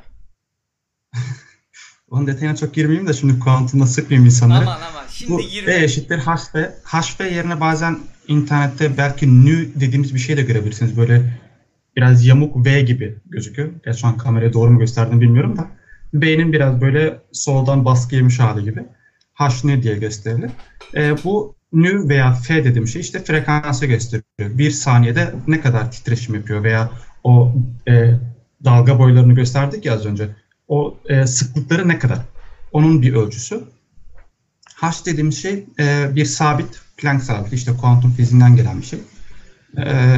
Onun detayına çok girmeyeyim de şimdi kuantumda sıkmayayım insanları. Aman aman. Şimdi Bu girme. E eşittir H F. H F yerine bazen internette belki nü dediğimiz bir şey de görebilirsiniz. Böyle biraz yamuk V gibi gözüküyor. Ya şu an kameraya doğru mu gösterdim bilmiyorum da. B'nin biraz böyle soldan baskı yemiş hali gibi. H nü diye gösterilir. E, bu nü veya f dediğim şey işte frekansı gösteriyor. Bir saniyede ne kadar titreşim yapıyor veya o e, dalga boylarını gösterdik ya az önce. O e, sıklıkları ne kadar? Onun bir ölçüsü. H dediğimiz şey e, bir sabit, Planck sabiti, işte kuantum fiziğinden gelen bir şey. E,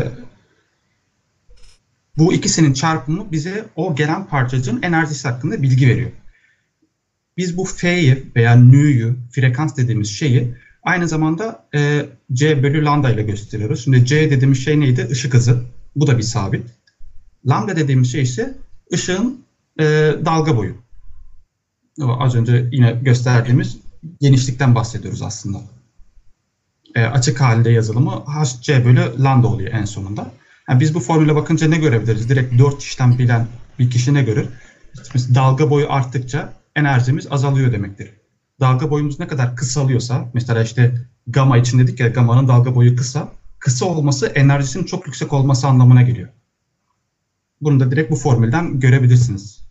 bu ikisinin çarpımı bize o gelen parçacığın enerjisi hakkında bilgi veriyor. Biz bu F'yi veya nü'yü, frekans dediğimiz şeyi aynı zamanda e, C bölü lambda ile gösteriyoruz. Şimdi C dediğimiz şey neydi? Işık hızı. Bu da bir sabit. Lambda dediğimiz şey ise ışığın e, dalga boyu. O az önce yine gösterdiğimiz genişlikten bahsediyoruz aslında. E, açık halde yazılımı hc bölü lambda oluyor en sonunda. Yani biz bu formüle bakınca ne görebiliriz? Direkt dört işlem bilen bir kişi ne görür? Mesela dalga boyu arttıkça enerjimiz azalıyor demektir. Dalga boyumuz ne kadar kısalıyorsa, mesela işte gamma için dedik ya, gammanın dalga boyu kısa, kısa olması enerjisinin çok yüksek olması anlamına geliyor. Bunu da direkt bu formülden görebilirsiniz.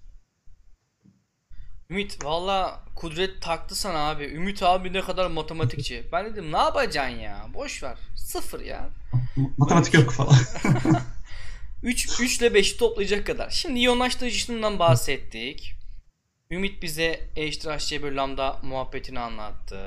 Ümit valla Kudret taktı sana abi. Ümit abi ne kadar matematikçi. Ben dedim ne yapacaksın ya? Boş ver. Sıfır ya. Matematik yok falan. üç, üç ile beşi toplayacak kadar. Şimdi iyonlaştırıcısından bahsettik. Ümit bize E eşittir hc bölü lambda muhabbetini anlattı.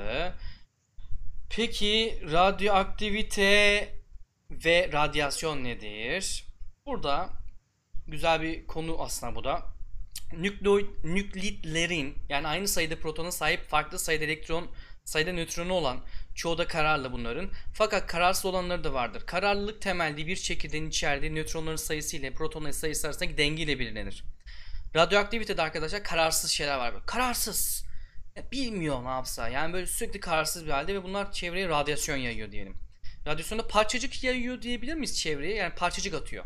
Peki radyoaktivite ve radyasyon nedir? Burada güzel bir konu aslında bu da. Nükleoid, nükleitlerin yani aynı sayıda protona sahip farklı sayıda elektron, sayıda nötronu olan, çoğu da kararlı bunların. Fakat kararsız olanları da vardır. Kararlılık temelde bir çekirdeğin içerdiği nötronların sayısı ile protonların sayısı arasındaki denge ile belirlenir. Radyoaktivitede arkadaşlar kararsız şeyler var. Böyle. Kararsız. Ya bilmiyor ne yapsa. Yani böyle sürekli kararsız bir halde ve bunlar çevreye radyasyon yayıyor diyelim. Radyasyonda parçacık yayıyor diyebilir miyiz çevreye? Yani parçacık atıyor.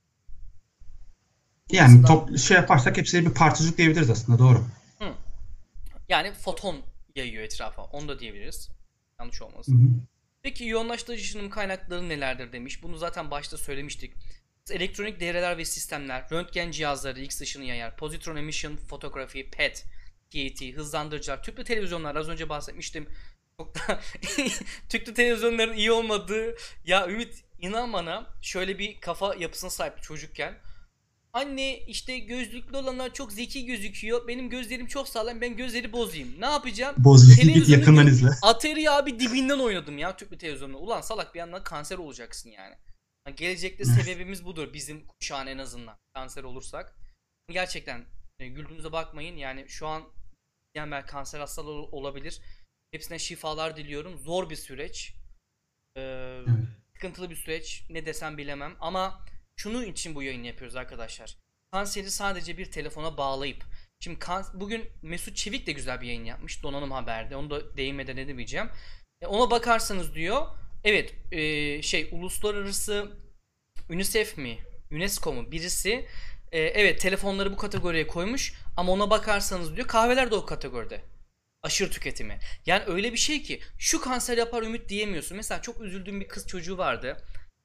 Yani Aslında, top, şey yaparsak hepsine bir parçacık diyebiliriz aslında, doğru. hı. Yani foton yayıyor etrafa. Onu da diyebiliriz. Yanlış olmasın. Hı hı. Peki iyonlaştırıcı ışınım kaynakları nelerdir demiş. Bunu zaten başta söylemiştik. Elektronik devreler ve sistemler, röntgen cihazları X ışını yayar, pozitron emission fotoğrafı, P E T, P A T, hızlandırıcılar, tüplü televizyonlar az önce bahsetmiştim. Çok da tüplü televizyonların iyi olmadığı, ya Ümit inan bana şöyle bir kafa yapısına sahip çocukken. Anne işte gözlüklü olanlar çok zeki gözüküyor. Benim gözlerim çok sağlam. Ben gözleri bozayım. Ne yapacağım? Bozucu git yakından izle. Atari abi dibinden oynadım ya tüplü televizyonla. Ulan salak bir yandan kanser olacaksın yani. Gelecekte sebebimiz budur. Bizim kuşağın en azından. Kanser olursak. Gerçekten e, güldüğünüze bakmayın. Yani şu an yani ben kanser hastalığı olabilir. Hepsine şifalar diliyorum. Zor bir süreç. Ee, Evet. Sıkıntılı bir süreç. Ne desem bilemem. Ama şunun için bu yayını yapıyoruz arkadaşlar. Kanseri sadece bir telefona bağlayıp. Şimdi kan, bugün Mesut Çevik de güzel bir yayın yapmış. Donanım Haber'de. Onu da değinmeden edemeyeceğim. E, ona bakarsanız diyor. Evet e, şey uluslararası UNICEF mi? UNESCO mu? Birisi e, evet telefonları bu kategoriye koymuş. Ama ona bakarsanız diyor kahveler de o kategoride. Aşırı tüketimi. Yani öyle bir şey ki şu kanser yapar Ümit diyemiyorsun. Mesela çok üzüldüğüm bir kız çocuğu vardı.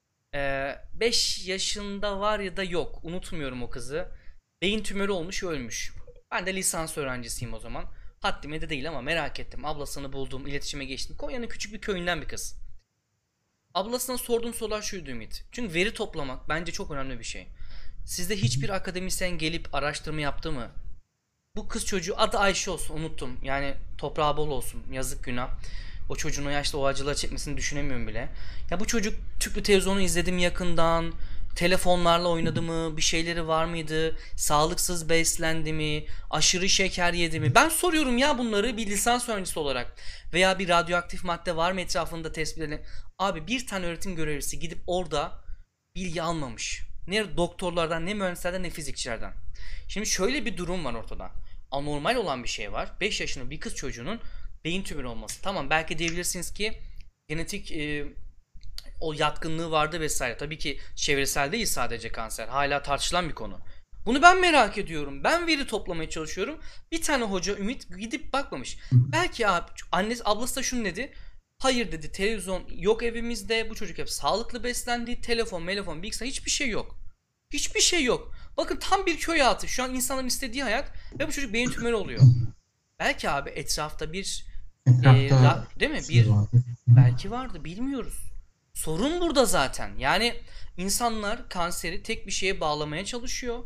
beş yaşında var ya da yok. Unutmuyorum o kızı. Beyin tümörü olmuş, ölmüş. Ben de lisans öğrencisiyim o zaman. Haddime de değil ama merak ettim. Ablasını buldum, iletişime geçtim. Konya'nın küçük bir köyünden bir kız. Ablasına sorduğum sorular şuydu Ümit. Çünkü veri toplamak bence çok önemli bir şey. Sizde hiçbir akademisyen gelip araştırma yaptı mı? Bu kız çocuğu adı Ayşe olsun, unuttum. Yani toprağı bol olsun, yazık günah. O çocuğun o yaşta o acıları çekmesini düşünemiyorum bile. Ya bu çocuk tüplü televizyonu izledi mi yakından? Telefonlarla oynadı mı? Bir şeyleri var mıydı? Sağlıksız beslendi mi? Aşırı şeker yedi mi? Ben soruyorum ya bunları bir lisans öğrencisi olarak. Veya bir radyoaktif madde var mı etrafında tespit edilen? Abi bir tane öğretim görevlisi gidip orada bilgi almamış. Ne doktorlardan, ne mühendislerden, ne fizikçilerden. Şimdi şöyle bir durum var ortada. Anormal olan bir şey var. beş yaşında bir kız çocuğunun beyin tümörü olması. Tamam belki diyebilirsiniz ki genetik e, o yatkınlığı vardı vesaire. Tabii ki çevresel değil sadece kanser. Hala tartışılan bir konu. Bunu ben merak ediyorum. Ben veri toplamaya çalışıyorum. Bir tane hoca Ümit gidip bakmamış. Belki abi, annesi ablası da şunu dedi. Hayır dedi, televizyon yok evimizde. Bu çocuk hep sağlıklı beslendi. Telefon, telefon, bilgisayar hiçbir şey yok. Hiçbir şey yok. Bakın tam bir köy hayatı. Şu an insanların istediği hayat ve bu çocuk beyin tümörü oluyor. Belki abi etrafta bir E, Etrafta ra- değil mi? şey Bir vardı. belki vardı, bilmiyoruz. Sorun burada zaten. Yani insanlar kanseri tek bir şeye bağlamaya çalışıyor.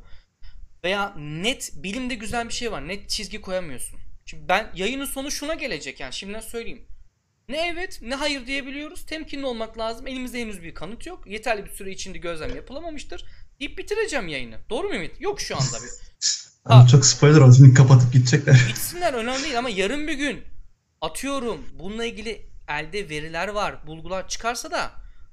Veya net bilimde güzel bir şey var. Net çizgi koyamıyorsun. Şimdi ben yayının sonu şuna gelecek, yani şimdiden söyleyeyim. Ne evet ne hayır diyebiliyoruz. Temkinli olmak lazım. Elimizde henüz bir kanıt yok. Yeterli bir süre içinde gözlem yapılamamıştır deyip bitireceğim yayını. Doğru mu Ümit? Yok şu anda bir. Abi Ha, çok spoiler oldu. Şimdi kapatıp gidecekler. gitsinler, önemli değil, ama yarın bir gün atıyorum bununla ilgili elde veriler var, bulgular çıkarsa da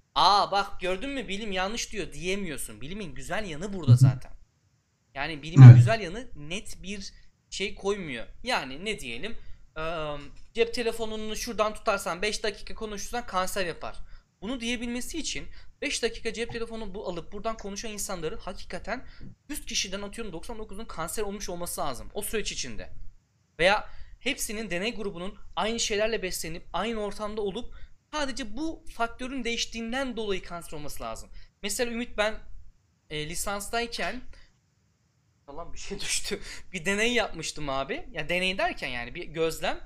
aa bak gördün mü bilim yanlış diyor diyemiyorsun. Bilimin güzel yanı burada zaten. Yani bilimin Evet. güzel yanı net bir şey koymuyor. Yani ne diyelim? Eee, cep telefonunu şuradan tutarsan beş dakika konuşursan kanser yapar. Bunu diyebilmesi için beş dakika cep telefonu bu alıp buradan konuşan insanların hakikaten yüz kişiden atıyorum doksan dokuzunun kanser olmuş olması lazım o süreç içinde. Veya hepsinin deney grubunun aynı şeylerle beslenip aynı ortamda olup sadece bu faktörün değiştiğinden dolayı kanser olması lazım. Mesela Ümit, ben e, lisanstayken falan bir şey düştü. Bir deney yapmıştım abi. Ya deney derken yani bir gözlem.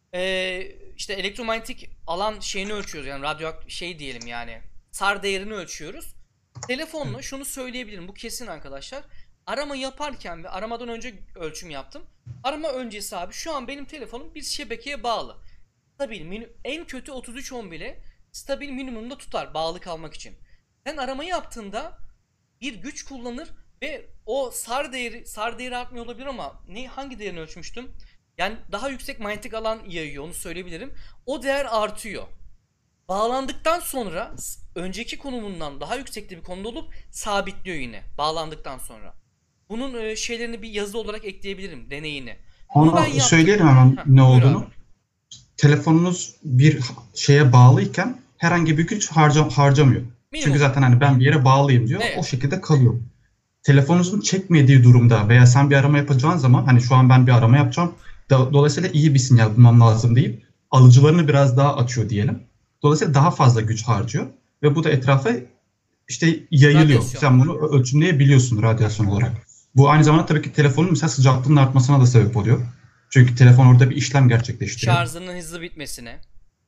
Ee, işte elektromanyetik alan şeyini ölçüyoruz. Yani radyo şey diyelim yani. SAR değerini ölçüyoruz. Telefonla şunu söyleyebilirim. Bu kesin arkadaşlar. Arama yaparken ve aramadan önce ölçüm yaptım. Arama öncesi abi şu an benim telefonum bir şebekeye bağlı. Stabil minu- en kötü otuz üç on bile stabil minimumda tutar bağlı kalmak için. Sen arama yaptığında bir güç kullanır ve o SAR değeri SAR değeri artmıyor olabilir ama ne hangi değerini ölçmüştüm? Yani daha yüksek manyetik alan yayıyor, onu söyleyebilirim. O değer artıyor. Bağlandıktan sonra önceki konumundan daha yüksekte bir konumda olup sabitliyor yine bağlandıktan sonra. Bunun e, şeylerini bir yazı olarak ekleyebilirim, deneyini. Bunu ben Onu yaptım. söyleyelim hemen Heh, ne buyur abi. olduğunu. Telefonunuz bir şeye bağlıyken herhangi bir güç harca, harcamıyor. Çünkü Minimum. zaten hani ben bir yere bağlıyım diyor. O Evet. şekilde kalıyor. Telefonunuzun çekmediği durumda veya sen bir arama yapacağın zaman hani şu an ben bir arama yapacağım. do- Dolayısıyla iyi bir sinyal bulmam lazım deyip alıcılarını biraz daha açıyor diyelim. Dolayısıyla daha fazla güç harcıyor ve bu da etrafa işte yayılıyor. Radyasyon. Sen bunu ö- ölçümleyebiliyorsun radyasyon olarak. Bu aynı zamanda tabii ki telefonun mesela sıcaklığının artmasına da sebep oluyor. Çünkü telefon orada bir işlem gerçekleştiriyor. Şarjının hızlı bitmesine.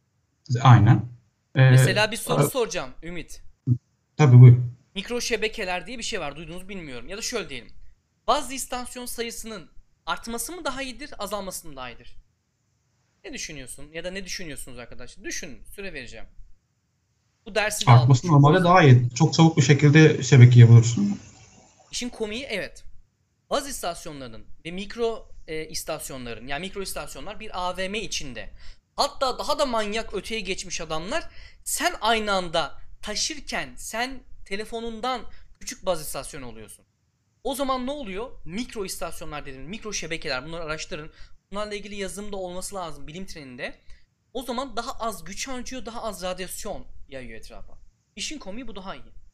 Aynen. Ee, Mesela bir soru a- soracağım Ümit. tabii bu. Mikro şebekeler diye bir şey var. Duydunuz bilmiyorum. Ya da şöyle diyelim. Baz istasyon sayısının artması mı daha iyidir, azalması mı daha iyidir? Ne düşünüyorsun? Ya da ne düşünüyorsunuz arkadaşlar? Düşünün. Süre vereceğim. Bu dersi de aldık Artması çünkü o normalde yüzden. daha iyi. Çok çabuk bir şekilde şebekeyi bulursun. İşin komiği evet. Baz istasyonlarının ve mikro e, istasyonların, yani mikro istasyonlar bir A V M içinde. Hatta daha da manyak öteye geçmiş adamlar. Sen aynı anda taşırken sen telefonundan küçük baz istasyonu oluyorsun. O zaman ne oluyor? Mikro istasyonlar dedim, mikro şebekeler, bunları araştırın. Bunlarla ilgili yazım da olması lazım bilim treninde. O zaman daha az güç harcıyor, daha az radyasyon yayıyor etrafa. İşin komiği bu daha iyi.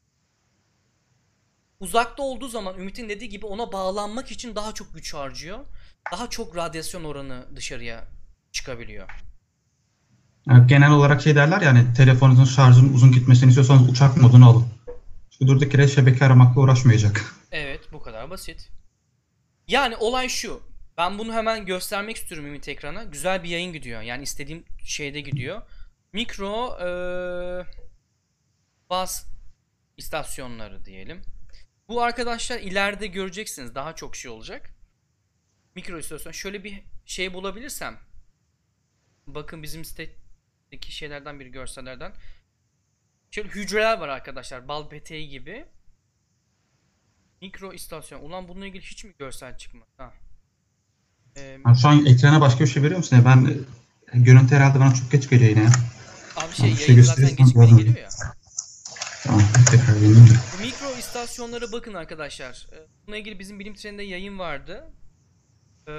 Uzakta olduğu zaman Ümit'in dediği gibi ona bağlanmak için daha çok güç harcıyor. Daha çok radyasyon oranı dışarıya çıkabiliyor. Yani genel olarak şey derler yani telefonunuzun şarjının uzun gitmesini istiyorsanız uçak modunu alın. Çünkü durduk yere şebeke aramakla uğraşmayacak. Evet, bu kadar basit. Yani olay şu. Ben bunu hemen göstermek istiyorum Ümit ekrana. Güzel bir yayın gidiyor. Yani istediğim şeyde gidiyor. Mikro eee baz istasyonları diyelim. Bu arkadaşlar ileride göreceksiniz. Daha çok şey olacak. Mikro istasyon. Şöyle bir şey bulabilirsem. Bakın bizim sitedeki şeylerden biri, görsellerden. Şöyle hücreler var arkadaşlar. Bal peteği gibi. Mikro istasyon. Ulan bununla ilgili hiç mi görsel çıkmadı? Ha. Ee, Yani şu an ekrana başka bir şey veriyor musun ya? Ben e, görüntü herhalde bana çok geç geliyor yine ya. abi Tamam, şey bir şey yayın zaten gösterirsen gecikmeli görmüyorum. geliyor ya. Tamam, tekrar yeniyim de. Bu mikro istasyonlara bakın arkadaşlar. Ee, Bununla ilgili bizim bilim treninde yayın vardı. Ee,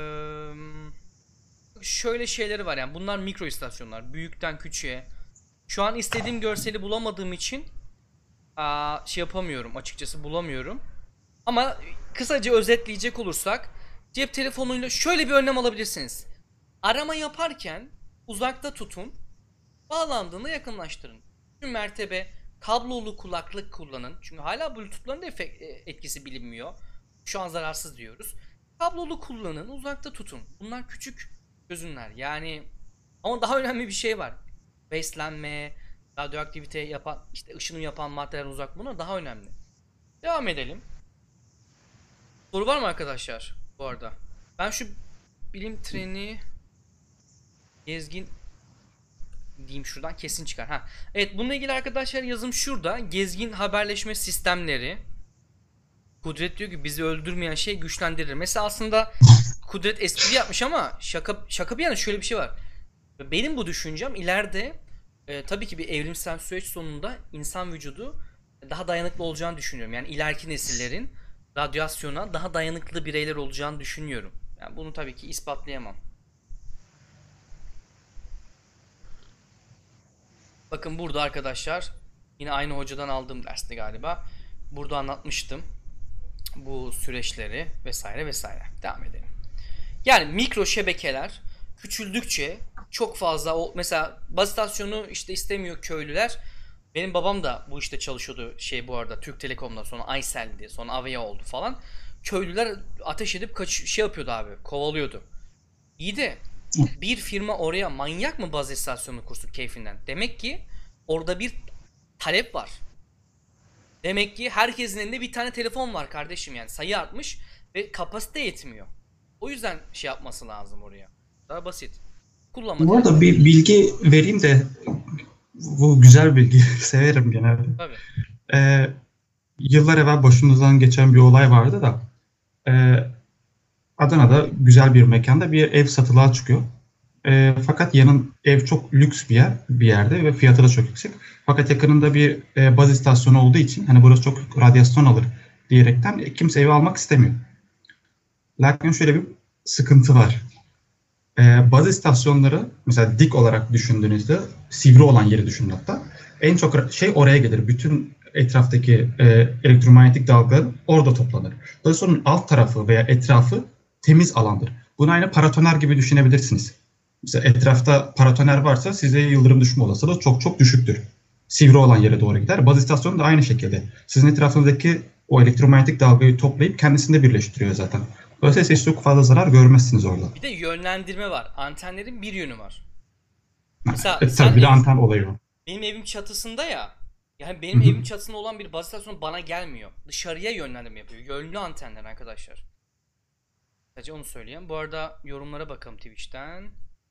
şöyle şeyleri var yani. Bunlar mikro istasyonlar. Büyükten küçüğe. Şu an istediğim görseli bulamadığım için aa, şey yapamıyorum. Açıkçası bulamıyorum. Ama kısaca özetleyecek olursak cep telefonuyla şöyle bir önlem alabilirsiniz. Arama yaparken uzakta tutun. Bağlandığında yakınlaştırın. Tüm mertebe kablolu kulaklık kullanın. Çünkü hala Bluetooth'ların da etkisi bilinmiyor. Şu an zararsız diyoruz. Kablolu kullanın, uzakta tutun. Bunlar küçük çözümler. Yani Ama daha önemli bir şey var. Beslenme, radyoaktivite yapan, işte ışınım yapan maddeler uzak, buna daha önemli. Devam edelim. Soru var mı arkadaşlar bu arada? Ben şu bilim treni gezgin diyeyim, şuradan kesin çıkar. Ha. Evet, bununla ilgili arkadaşlar yazım şurada. Gezgin haberleşme sistemleri. Kudret diyor ki bizi öldürmeyen şey güçlendirir. Mesela aslında Kudret espri yapmış ama şaka şaka bir yana şöyle bir şey var. Benim bu düşüncem ileride e, tabii ki bir evrimsel süreç sonunda insan vücudu daha dayanıklı olacağını düşünüyorum. Yani ileriki nesillerin radyasyona daha dayanıklı bireyler olacağını düşünüyorum. Yani bunu tabii ki ispatlayamam. Bakın burada arkadaşlar, yine aynı hocadan aldığım derste galiba. Burada anlatmıştım bu süreçleri vesaire vesaire. Devam edelim. Yani mikro şebekeler küçüldükçe çok fazla, o mesela baz istasyonu işte istemiyor köylüler. Benim babam da bu işte çalışıyordu, şey bu arada Türk Telekom'da, sonra Aysel'di, sonra Avea oldu falan. Köylüler ateş edip kaç şey yapıyordu abi, kovalıyordu. İyi de bir firma oraya manyak mı baz istasyonu kursun keyfinden? Demek ki orada bir talep var. Demek ki herkesin elinde bir tane telefon var kardeşim, yani sayı artmış ve kapasite yetmiyor. O yüzden şey yapması lazım oraya. Daha basit. Kullanma Bu arada telefonu. bir bilgi vereyim de, bu güzel bilgi, severim genelde. Tabii. Ee, yıllar evvel başımızdan geçen bir olay vardı da, e, Adana'da güzel bir mekanda bir ev satılığa çıkıyor. E, fakat yanın ev çok lüks bir yer, bir yerde ve fiyatı da çok yüksek. Fakat yakınında bir e, baz istasyonu olduğu için hani burası çok radyasyon alır diyerekten e, kimse evi almak istemiyor. Lakin şöyle bir sıkıntı var. E, baz istasyonları mesela dik olarak düşündüğünüzde, sivri olan yeri düşünün hatta. En çok şey oraya gelir. Bütün etraftaki e, elektromanyetik dalgalar orada toplanır. Dolayısıyla onun alt tarafı veya etrafı temiz alandır. Bunu aynı paratoner gibi düşünebilirsiniz. Mesela etrafta paratoner varsa size yıldırım düşme olasılığı çok çok düşüktür. Sivri olan yere doğru gider. Baz istasyonu da aynı şekilde. Sizin etrafınızdaki o elektromanyetik dalgayı toplayıp kendisinde birleştiriyor zaten. Dolayısıyla siz çok fazla zarar görmezsiniz orada. Bir de yönlendirme var. Antenlerin bir yönü var. Mesela E, sen tabii bir de ev, anten olayı var. benim evim çatısında ya. Yani benim Hı hı. evim çatısında olan bir baz istasyonu bana gelmiyor. Dışarıya yönlendirme yapıyor. Yönlü antenler arkadaşlar. Sadece onu söyleyeyim. Bu arada yorumlara bakalım Twitch'ten.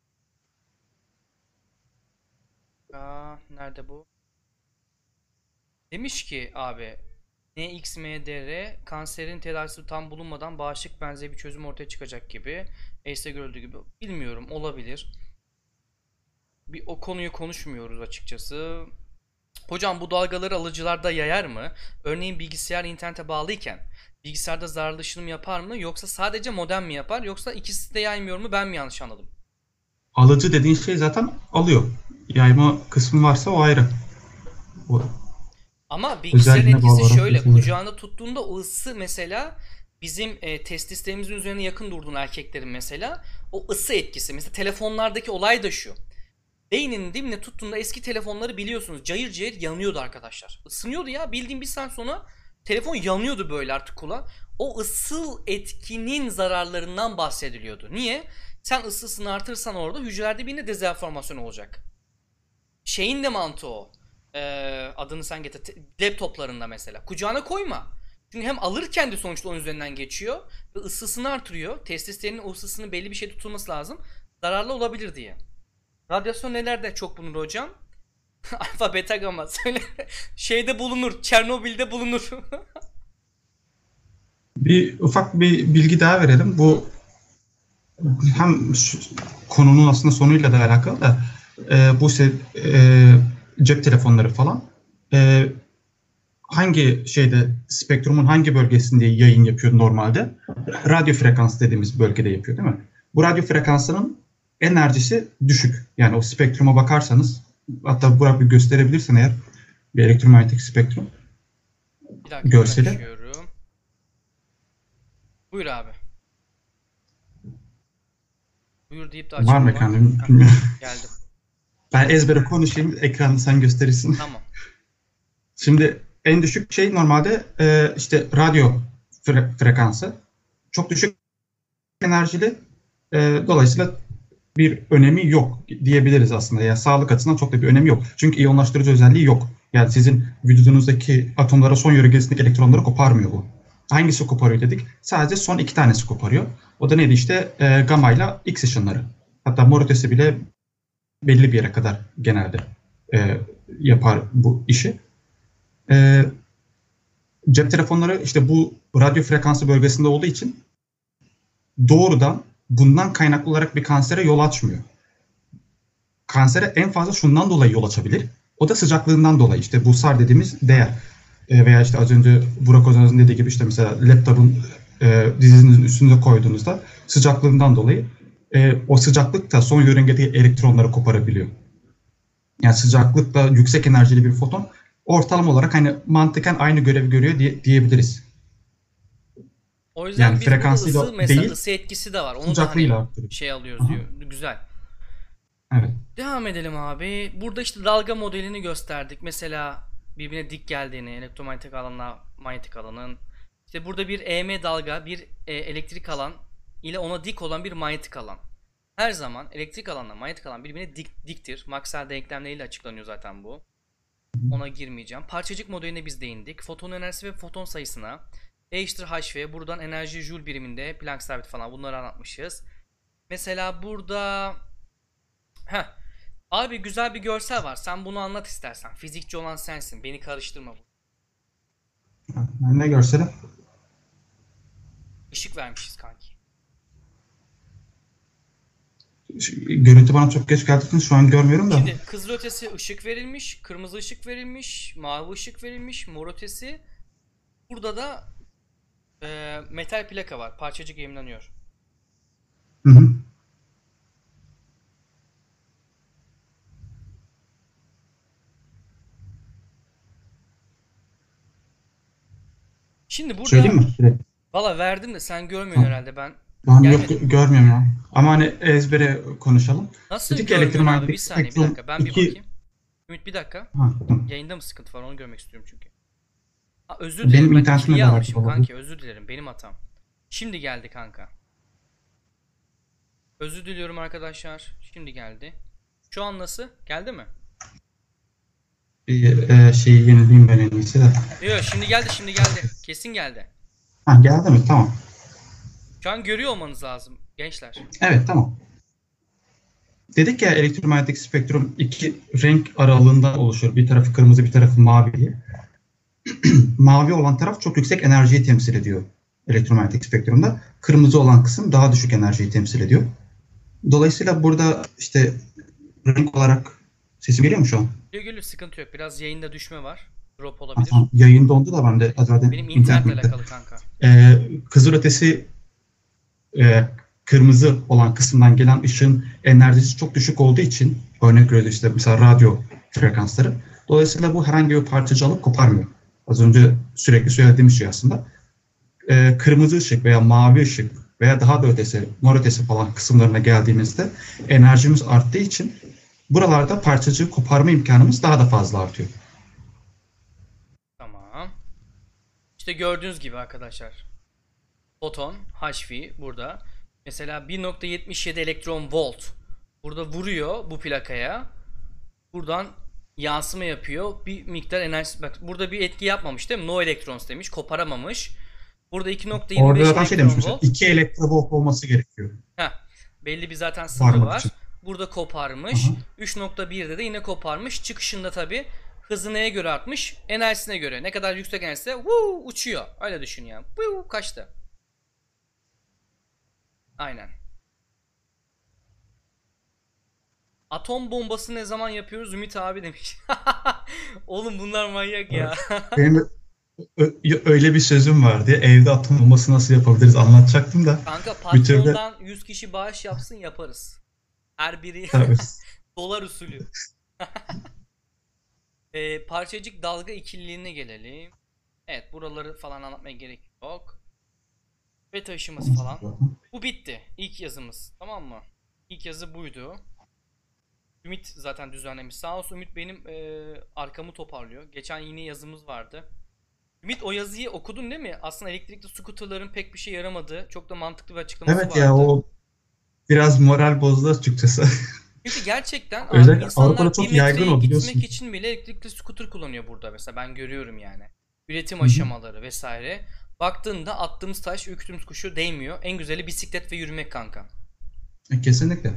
Aa, nerede bu? Demiş ki abi, N X M D R kanserin tedavisi tam bulunmadan bağışıklık benzeri bir çözüm ortaya çıkacak gibi. A I S'te görüldüğü gibi. Bilmiyorum, olabilir. Bir o konuyu konuşmuyoruz açıkçası. Hocam bu dalgaları alıcılarda yayar mı? Örneğin bilgisayar internete bağlıyken bilgisayarda zararlı ışınım yapar mı? Yoksa sadece modem mi yapar? Yoksa ikisi de yaymıyor mu? Ben mi yanlış anladım? Alıcı dediğin şey zaten alıyor. Yayma kısmı varsa o ayrı. O Ama bilgisayarın özelliğine bağlı etkisi olarak şöyle. kesinlikle. Kucağında tuttuğunda o ısı mesela bizim e, testislerimizin üzerine yakın durduğun erkeklerin mesela o ısı etkisi. Mesela telefonlardaki olay da şu. Beyninin dibine tuttuğunda eski telefonları biliyorsunuz cayır cayır yanıyordu arkadaşlar. Isınıyordu ya, bildiğin bir saat sonra telefon yanıyordu böyle artık kula. O ısıl etkinin zararlarından bahsediliyordu. Niye? Sen ısısını artırsan orada hücrelerde bir dezenformasyon olacak. Şeyin de mantığı o. Ee, adını sen getir. Te- Laptoplarında mesela. Kucağına koyma. Çünkü hem alırken de sonuçta onun üzerinden geçiyor ve ısısını artırıyor. Testislerinin o ısısını belli bir şey tutulması lazım. Zararlı olabilir diye. Radyasyon nelerde çok bulunur hocam? Alfa, beta, gamma. Söyle. Şeyde bulunur. Çernobil'de bulunur. Bir ufak bir bilgi daha verelim. Bu hem şu, konunun aslında sonuyla da alakalı da e, bu se, e, cep telefonları falan e, hangi şeyde, spektrumun hangi bölgesinde yayın yapıyor normalde? Radyo frekans dediğimiz bölgede yapıyor değil mi? Bu radyo frekansının enerjisi düşük. Yani o spektruma bakarsanız, hatta Burak bir gösterebilirsin eğer, bir elektromanyetik spektrum Bir dakika görseli. açıyorum. Buyur abi. Buyur deyip de Var mı açma. ekranım? Bilmiyorum. Geldim. Ben ezbere konuşayım, ekranı sen gösterirsin. Tamam. Şimdi en düşük şey normalde e, işte radyo fre- frekansı. Çok düşük enerjili. E, dolayısıyla bir önemi yok diyebiliriz aslında. Yani sağlık açısından çok da bir önemi yok. Çünkü iyonlaştırıcı özelliği yok. Yani sizin vücudunuzdaki atomlara son yörüngesindeki elektronları koparmıyor bu. Hangisi koparıyor dedik? Sadece son iki tanesi koparıyor. O da neydi işte e, gamma ile X ışınları. Hatta mor ötesi bile belli bir yere kadar genelde e, yapar bu işi. E, cep telefonları işte bu radyo frekansı bölgesinde olduğu için doğrudan bundan kaynaklı olarak bir kansere yol açmıyor. Kansere en fazla şundan dolayı yol açabilir. O da sıcaklığından dolayı. İşte bu S A R dediğimiz değer. E, veya işte az önce Burak Ozan'ın dediği gibi işte mesela laptopun e, dizinizin üstünde koyduğunuzda sıcaklığından dolayı e, o sıcaklık da son yörüngedeki elektronları koparabiliyor. Yani sıcaklıkla yüksek enerjili bir foton ortalama olarak hani mantıken aynı görevi görüyor diye, diyebiliriz. O yüzden Yani biz burada frekansıyla ısı, mesela değil, ısı etkisi de var. Onu da sıcaklığıyla hani arttırıyor. şey alıyoruz Aha. diyor. Güzel. Evet. Devam edelim abi. Burada işte dalga modelini gösterdik. Mesela birbirine dik geldiğini, elektromanyetik alanla manyetik alanın. İşte burada bir E M dalga, bir e, elektrik alan ile ona dik olan bir manyetik alan. Her zaman elektrik alanla manyetik alan birbirine dik, diktir. Maxwell denklemleriyle açıklanıyor zaten bu. Ona girmeyeceğim. Parçacık modeline biz değindik. Foton enerjisi ve foton sayısına. E eşittir H V. Buradan enerji joule biriminde Planck sabiti falan bunları anlatmışız. Mesela burada heh. Abi güzel bir görsel var. Sen bunu anlat istersen. Fizikçi olan sensin. Beni karıştırma bu. Ne görseli? Işık vermişiz kanki. Görüntü bana çok geç geldiği için şu an görmüyorum da. Şimdi kızılötesi ışık verilmiş, kırmızı ışık verilmiş, mavi ışık verilmiş, mor ötesi. Burada da e, metal plaka var. Parçacık yayınlanıyor. Hı hı. Şimdi burada Söyleyeyim mi? Direkt. valla verdim de sen görmüyorsun herhalde, ben Ben yok gelmedim mi? görmüyorum ya. Ama hani ezbere konuşalım. Nasıl Dedik ki görmüyorsun abi? Bir elektromanyetik saniye, bir spektrum dakika, ben bir iki... bakayım. Ümit bir dakika. Ha, tamam. Yayında mı sıkıntı var, onu görmek istiyorum çünkü. Ha, özür Benim dilerim, ben internetimle ikiliyi de alakalı almışım olabilir. kanki, özür dilerim, benim hatam. Şimdi geldi kanka. Özür diliyorum arkadaşlar. Şimdi geldi. Şu an nasıl? Geldi mi? Bir e, şeyi yenileyim ben en iyisi de. Yok, şimdi geldi, şimdi geldi. Kesin geldi. Ha, geldi mi? Tamam. Şu an görüyor olmanız lazım gençler. Evet, tamam. Dedik ya elektromanyetik spektrum iki renk aralığından oluşur. Bir tarafı kırmızı, bir tarafı mavi diye. Mavi olan taraf çok yüksek enerjiyi temsil ediyor elektromanyetik spektrumda. Kırmızı olan kısım daha düşük enerjiyi temsil ediyor. Dolayısıyla burada işte renk olarak sesim geliyor mu şu an? Geliyor geliyor, sıkıntı yok. Biraz yayında düşme var. Drop olabilir. Aha, yayın dondu da ben de zaten Benim internetle internette. alakalı kanka. Ee, kızılötesi e, kırmızı olan kısımdan gelen ışığın enerjisi çok düşük olduğu için örnek veriyoruz işte mesela radyo frekansları. Dolayısıyla bu herhangi bir parçacığı alıp koparmıyor. Az önce sürekli söylediğimiz şey aslında. Ee, kırmızı ışık veya mavi ışık veya daha da ötesi, mor ötesi falan kısımlarına geldiğimizde enerjimiz arttığı için buralarda parçacığı koparma imkanımız daha da fazla artıyor. Tamam. İşte gördüğünüz gibi arkadaşlar. Foton H V burada. Mesela bir nokta yetmiş yedi elektron volt. Burada vuruyor bu plakaya. Buradan yansıma yapıyor. Bir miktar enerji. Bak burada bir etki yapmamış değil mi? No electrons demiş. Koparamamış. Burada iki nokta yirmi beş Orada zaten şey demiş elektron mesela volt. iki elektrovolt olması gerekiyor. Heh, belli bir zaten sınır Varmak var. için. Burada koparmış. Aha. üç nokta birde de yine koparmış. Çıkışında tabi hızı neye göre artmış? Enerjisine göre. Ne kadar yüksek enerjisi woo, uçuyor. Öyle düşün yani. Woo, kaçtı. Aynen. Atom bombası ne zaman yapıyoruz Ümit abi demiş. Oğlum bunlar manyak ya. Benim de ö- öyle bir sözüm vardı. Evde atom bombası nasıl yapabiliriz anlatacaktım da. Kanka Bir türlü patrondan yüz kişi bağış yapsın, yaparız. Her biri tabii. dolar usulü. e, parçacık dalga ikililiğine gelelim. Evet, buraları falan anlatmaya gerek yok. Beta ışıması falan. Bu bitti. İlk yazımız. Tamam mı? İlk yazı buydu. Ümit zaten düzenlemiş. Sağ olsun Ümit benim e, arkamı toparlıyor. Geçen yine yazımız vardı. Ümit o yazıyı okudun değil mi? Aslında elektrikli scooterların pek bir şey yaramadığı, çok da mantıklı bir açıklaması Evet vardı. ya o Biraz moral bozdu açıkçası. Çünkü gerçekten abi Özellikle insanlar Avrupa'da bir çok yaygın metreye o, gitmek biliyorsun. için bile elektrikli scooter kullanıyor burada mesela, ben görüyorum yani. Üretim Hı hı. aşamaları vesaire. Baktığında attığımız taş ürktüğümüz kuşu değmiyor. En güzeli bisiklet ve yürümek kanka. E, Kesinlikle.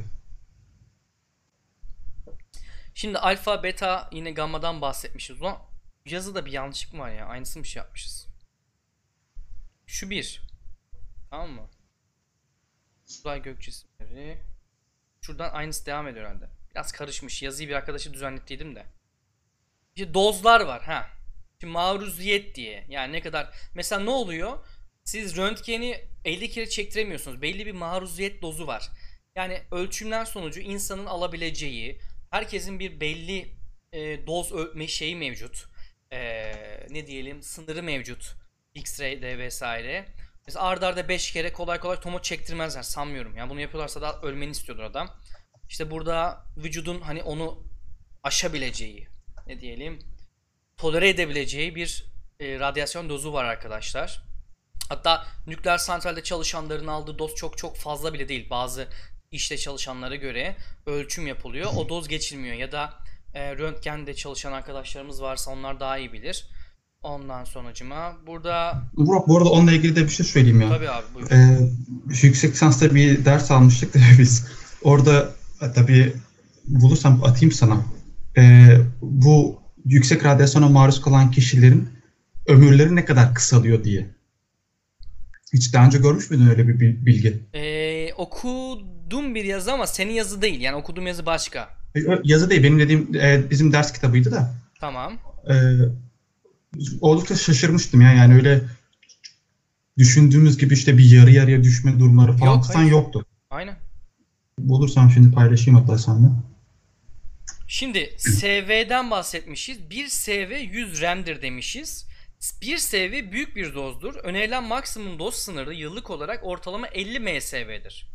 Şimdi alfa, beta, yine gammadan bahsetmişiz. Ulan yazıda bir yanlışlık var ya. Aynısını bir şey yapmışız. Şu bir. Tamam mı? Uzay gök cisimleri. Şuradan aynısı devam ediyor herhalde. Biraz karışmış. Yazıyı bir arkadaşı düzenlettiydim de. İşte dozlar var ha. Şimdi maruziyet diye. Yani ne kadar mesela ne oluyor? Siz röntgeni elli kere çektiremiyorsunuz. Belli bir maruziyet dozu var. Yani ölçümler sonucu insanın alabileceği, herkesin bir belli e, doz ölçme şeyi mevcut. E, ne diyelim, sınırı mevcut. X-ray'de vesaire. Mesela arda arda beş kere kolay kolay tomo çektirmezler sanmıyorum. Yani bunu yapıyorlarsa da ölmeni istiyordur adam. İşte burada vücudun hani onu aşabileceği, ne diyelim, tolere edebileceği bir e, radyasyon dozu var arkadaşlar. Hatta nükleer santralde çalışanların aldığı doz çok çok fazla bile değil. Bazı işte çalışanlara göre ölçüm yapılıyor. O doz geçilmiyor ya da e, röntgende çalışan arkadaşlarımız varsa onlar daha iyi bilir. Ondan sonracıma burada Burak, bu arada onunla ilgili de bir şey söyleyeyim ya. tabii abi buyur. Ee, Yüksek lisansta bir ders almıştık da biz. Orada e, tabii bulursam atayım sana. Ee, bu yüksek radyasyona maruz kalan kişilerin ömürleri ne kadar kısalıyor diye. Hiç daha önce görmüş müydün öyle bir bil- bilgi? Ee, okudum bir yazı ama senin yazı değil. Yani okuduğum yazı başka. E, ö- Yazı değil, benim dediğim e, bizim ders kitabıydı da. Tamam. E, Oldukça şaşırmıştım ya, yani öyle düşündüğümüz gibi işte bir yarı yarıya düşme durumları falan Yok, filan hayır. yoktu. Aynen. Bulursam şimdi paylaşayım hatta seninle. Şimdi S V'den bahsetmişiz. bir S V yüz RAM'dir demişiz. bir S V büyük bir dozdur. Önerilen maksimum doz sınırı yıllık olarak ortalama elli M S V'dir.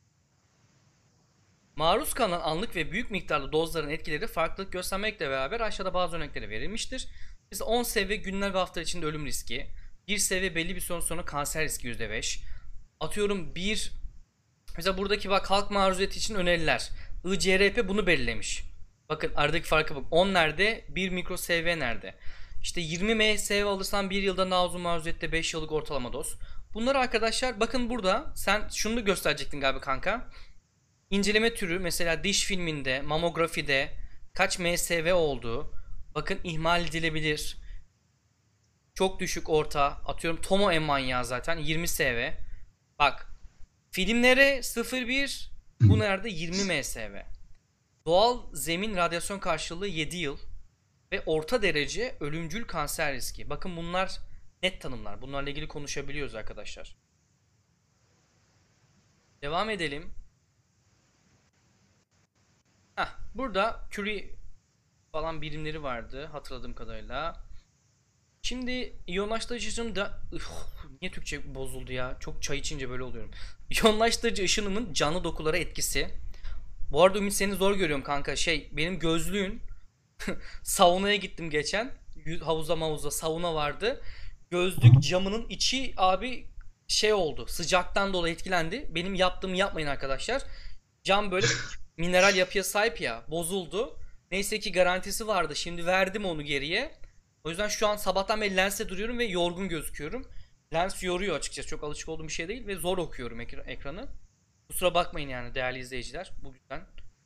Maruz kalınan anlık ve büyük miktarda dozların etkileri farklılık göstermekle beraber aşağıda bazı örnekleri verilmiştir. Mesela on S V günler ve haftalar içinde ölüm riski. bir S V belli bir süre sonra kanser riski yüzde beş. Atıyorum bir, mesela buradaki bak halk maruziyeti için öneriler. I C R P bunu belirlemiş. Bakın aradaki farkı bak. on nerede? bir mikro S V nerede? İşte yirmi M S V alırsan bir yılda daha uzun maruziyette beş yıllık ortalama doz. Bunlar arkadaşlar bakın burada sen şunu da gösterecektin galiba kanka. İnceleme türü mesela diş filminde, mamografide kaç M S V olduğu. Bakın ihmal edilebilir. Çok düşük, orta. Atıyorum tomo en manyağı zaten yirmi S V. Bak filmlere sıfır bir, bu nerede? yirmi M S V. Doğal zemin radyasyon karşılığı yedi yıl ve orta derece ölümcül kanser riski. Bakın bunlar net tanımlar. Bunlarla ilgili konuşabiliyoruz arkadaşlar. Devam edelim. Heh, burada Curie falan birimleri vardı hatırladığım kadarıyla. Şimdi iyonlaştırıcı ışınım da Üf, niye Türkçe bozuldu ya? Çok çay içince böyle oluyorum. İyonlaştırıcı ışınımın canlı dokulara etkisi. Bu arada Ümit seni zor görüyorum kanka. Şey benim gözlüğün saunaya gittim geçen. Havuzda mavuzda sauna vardı. Gözlük camının içi abi şey oldu. Sıcaktan dolayı etkilendi. Benim yaptığımı yapmayın arkadaşlar. Cam böyle mineral yapıya sahip ya. Bozuldu. Neyse ki garantisi vardı. Şimdi verdim onu geriye. O yüzden şu an sabahtan beri lenste duruyorum ve yorgun gözüküyorum. Lens yoruyor açıkçası. Çok alışık olduğum bir şey değil ve zor okuyorum ekra- ekranı. Kusura bakmayın yani değerli izleyiciler. Bu yüzden.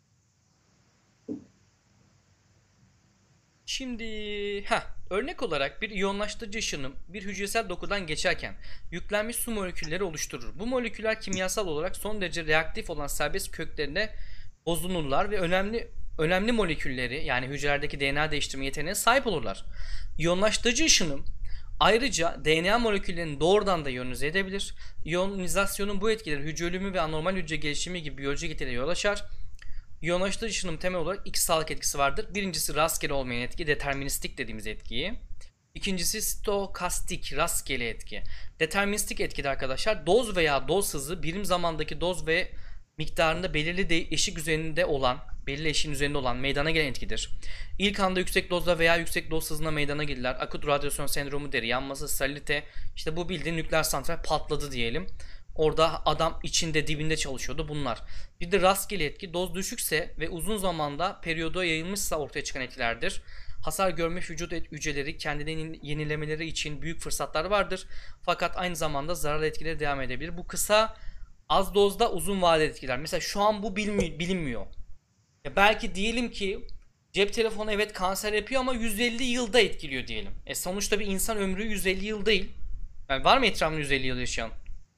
Şimdi ha örnek olarak bir iyonlaştırıcı ışınım bir hücresel dokudan geçerken yüklenmiş su molekülleri oluşturur. Bu moleküller kimyasal olarak son derece reaktif olan serbest köklerine bozulurlar ve önemli önemli molekülleri yani hücrelerdeki D N A değiştirme yeteneğine sahip olurlar. İyonlaştırıcı ışınım ayrıca D N A moleküllerini doğrudan da iyonize edebilir. İyonizasyonun bu etkileri hücre ölümü ve anormal hücre gelişimi gibi biyolojik etkilere yol açar. İyonlaştırıcı ışınım temel olarak iki sağlık etkisi vardır. Birincisi rastgele olmayan etki, deterministik dediğimiz etkiyi. İkincisi stokastik, rastgele etki. Deterministik etkide arkadaşlar doz veya doz hızı birim zamandaki doz ve miktarında belirli de eşik üzerinde olan, belirli eşiğin üzerinde olan meydana gelen etkidir. İlk anda yüksek dozda veya yüksek doz hızına meydana gelirler. Akut radyasyon sendromu deri yanması, sterilite, işte bu bildiğin nükleer santral patladı diyelim. Orada adam içinde dibinde çalışıyordu bunlar. Bir de rastgele etki doz düşükse ve uzun zamanda periyoda yayılmışsa ortaya çıkan etkilerdir. Hasar görmüş vücut hücreleri kendini yenilemeleri için büyük fırsatlar vardır. Fakat aynı zamanda zarar etkileri devam edebilir. Bu kısa az dozda uzun vadeli etkiler. Mesela şu an bu bilinmiyor. Ya belki diyelim ki cep telefonu evet kanser yapıyor ama yüz elli yılda etkiliyor diyelim. E sonuçta bir insan ömrü yüz elli yıl değil. Yani var mı etrafında yüz elli yıl yaşayan?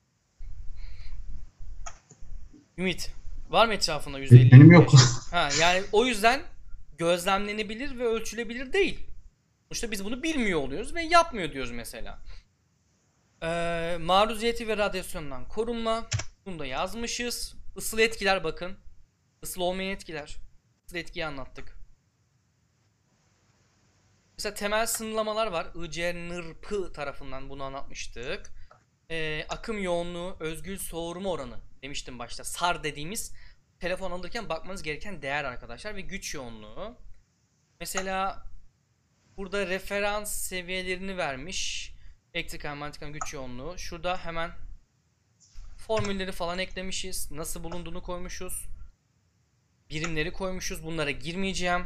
Ümit. Var mı etrafında yüz elli Benim yıl yok. yaşayan? Ha, yani o yüzden gözlemlenebilir ve ölçülebilir değil. Sonuçta biz bunu bilmiyor oluyoruz ve yapmıyor diyoruz mesela. Ee, maruziyeti ve radyasyondan korunma. Bunu da yazmışız. Isıl etkiler bakın. Isıl olmayan etkiler. Isıl etkiyi anlattık. Mesela temel sınırlamalar var. I C N R P tarafından bunu anlatmıştık. Ee, akım yoğunluğu, özgül soğurma oranı demiştim başta. S A R dediğimiz telefon alırken bakmanız gereken değer arkadaşlar ve güç yoğunluğu. Mesela burada referans seviyelerini vermiş. Elektrikal manyetik güç yoğunluğu. Şurada hemen formülleri falan eklemişiz. Nasıl bulunduğunu koymuşuz. Birimleri koymuşuz. Bunlara girmeyeceğim.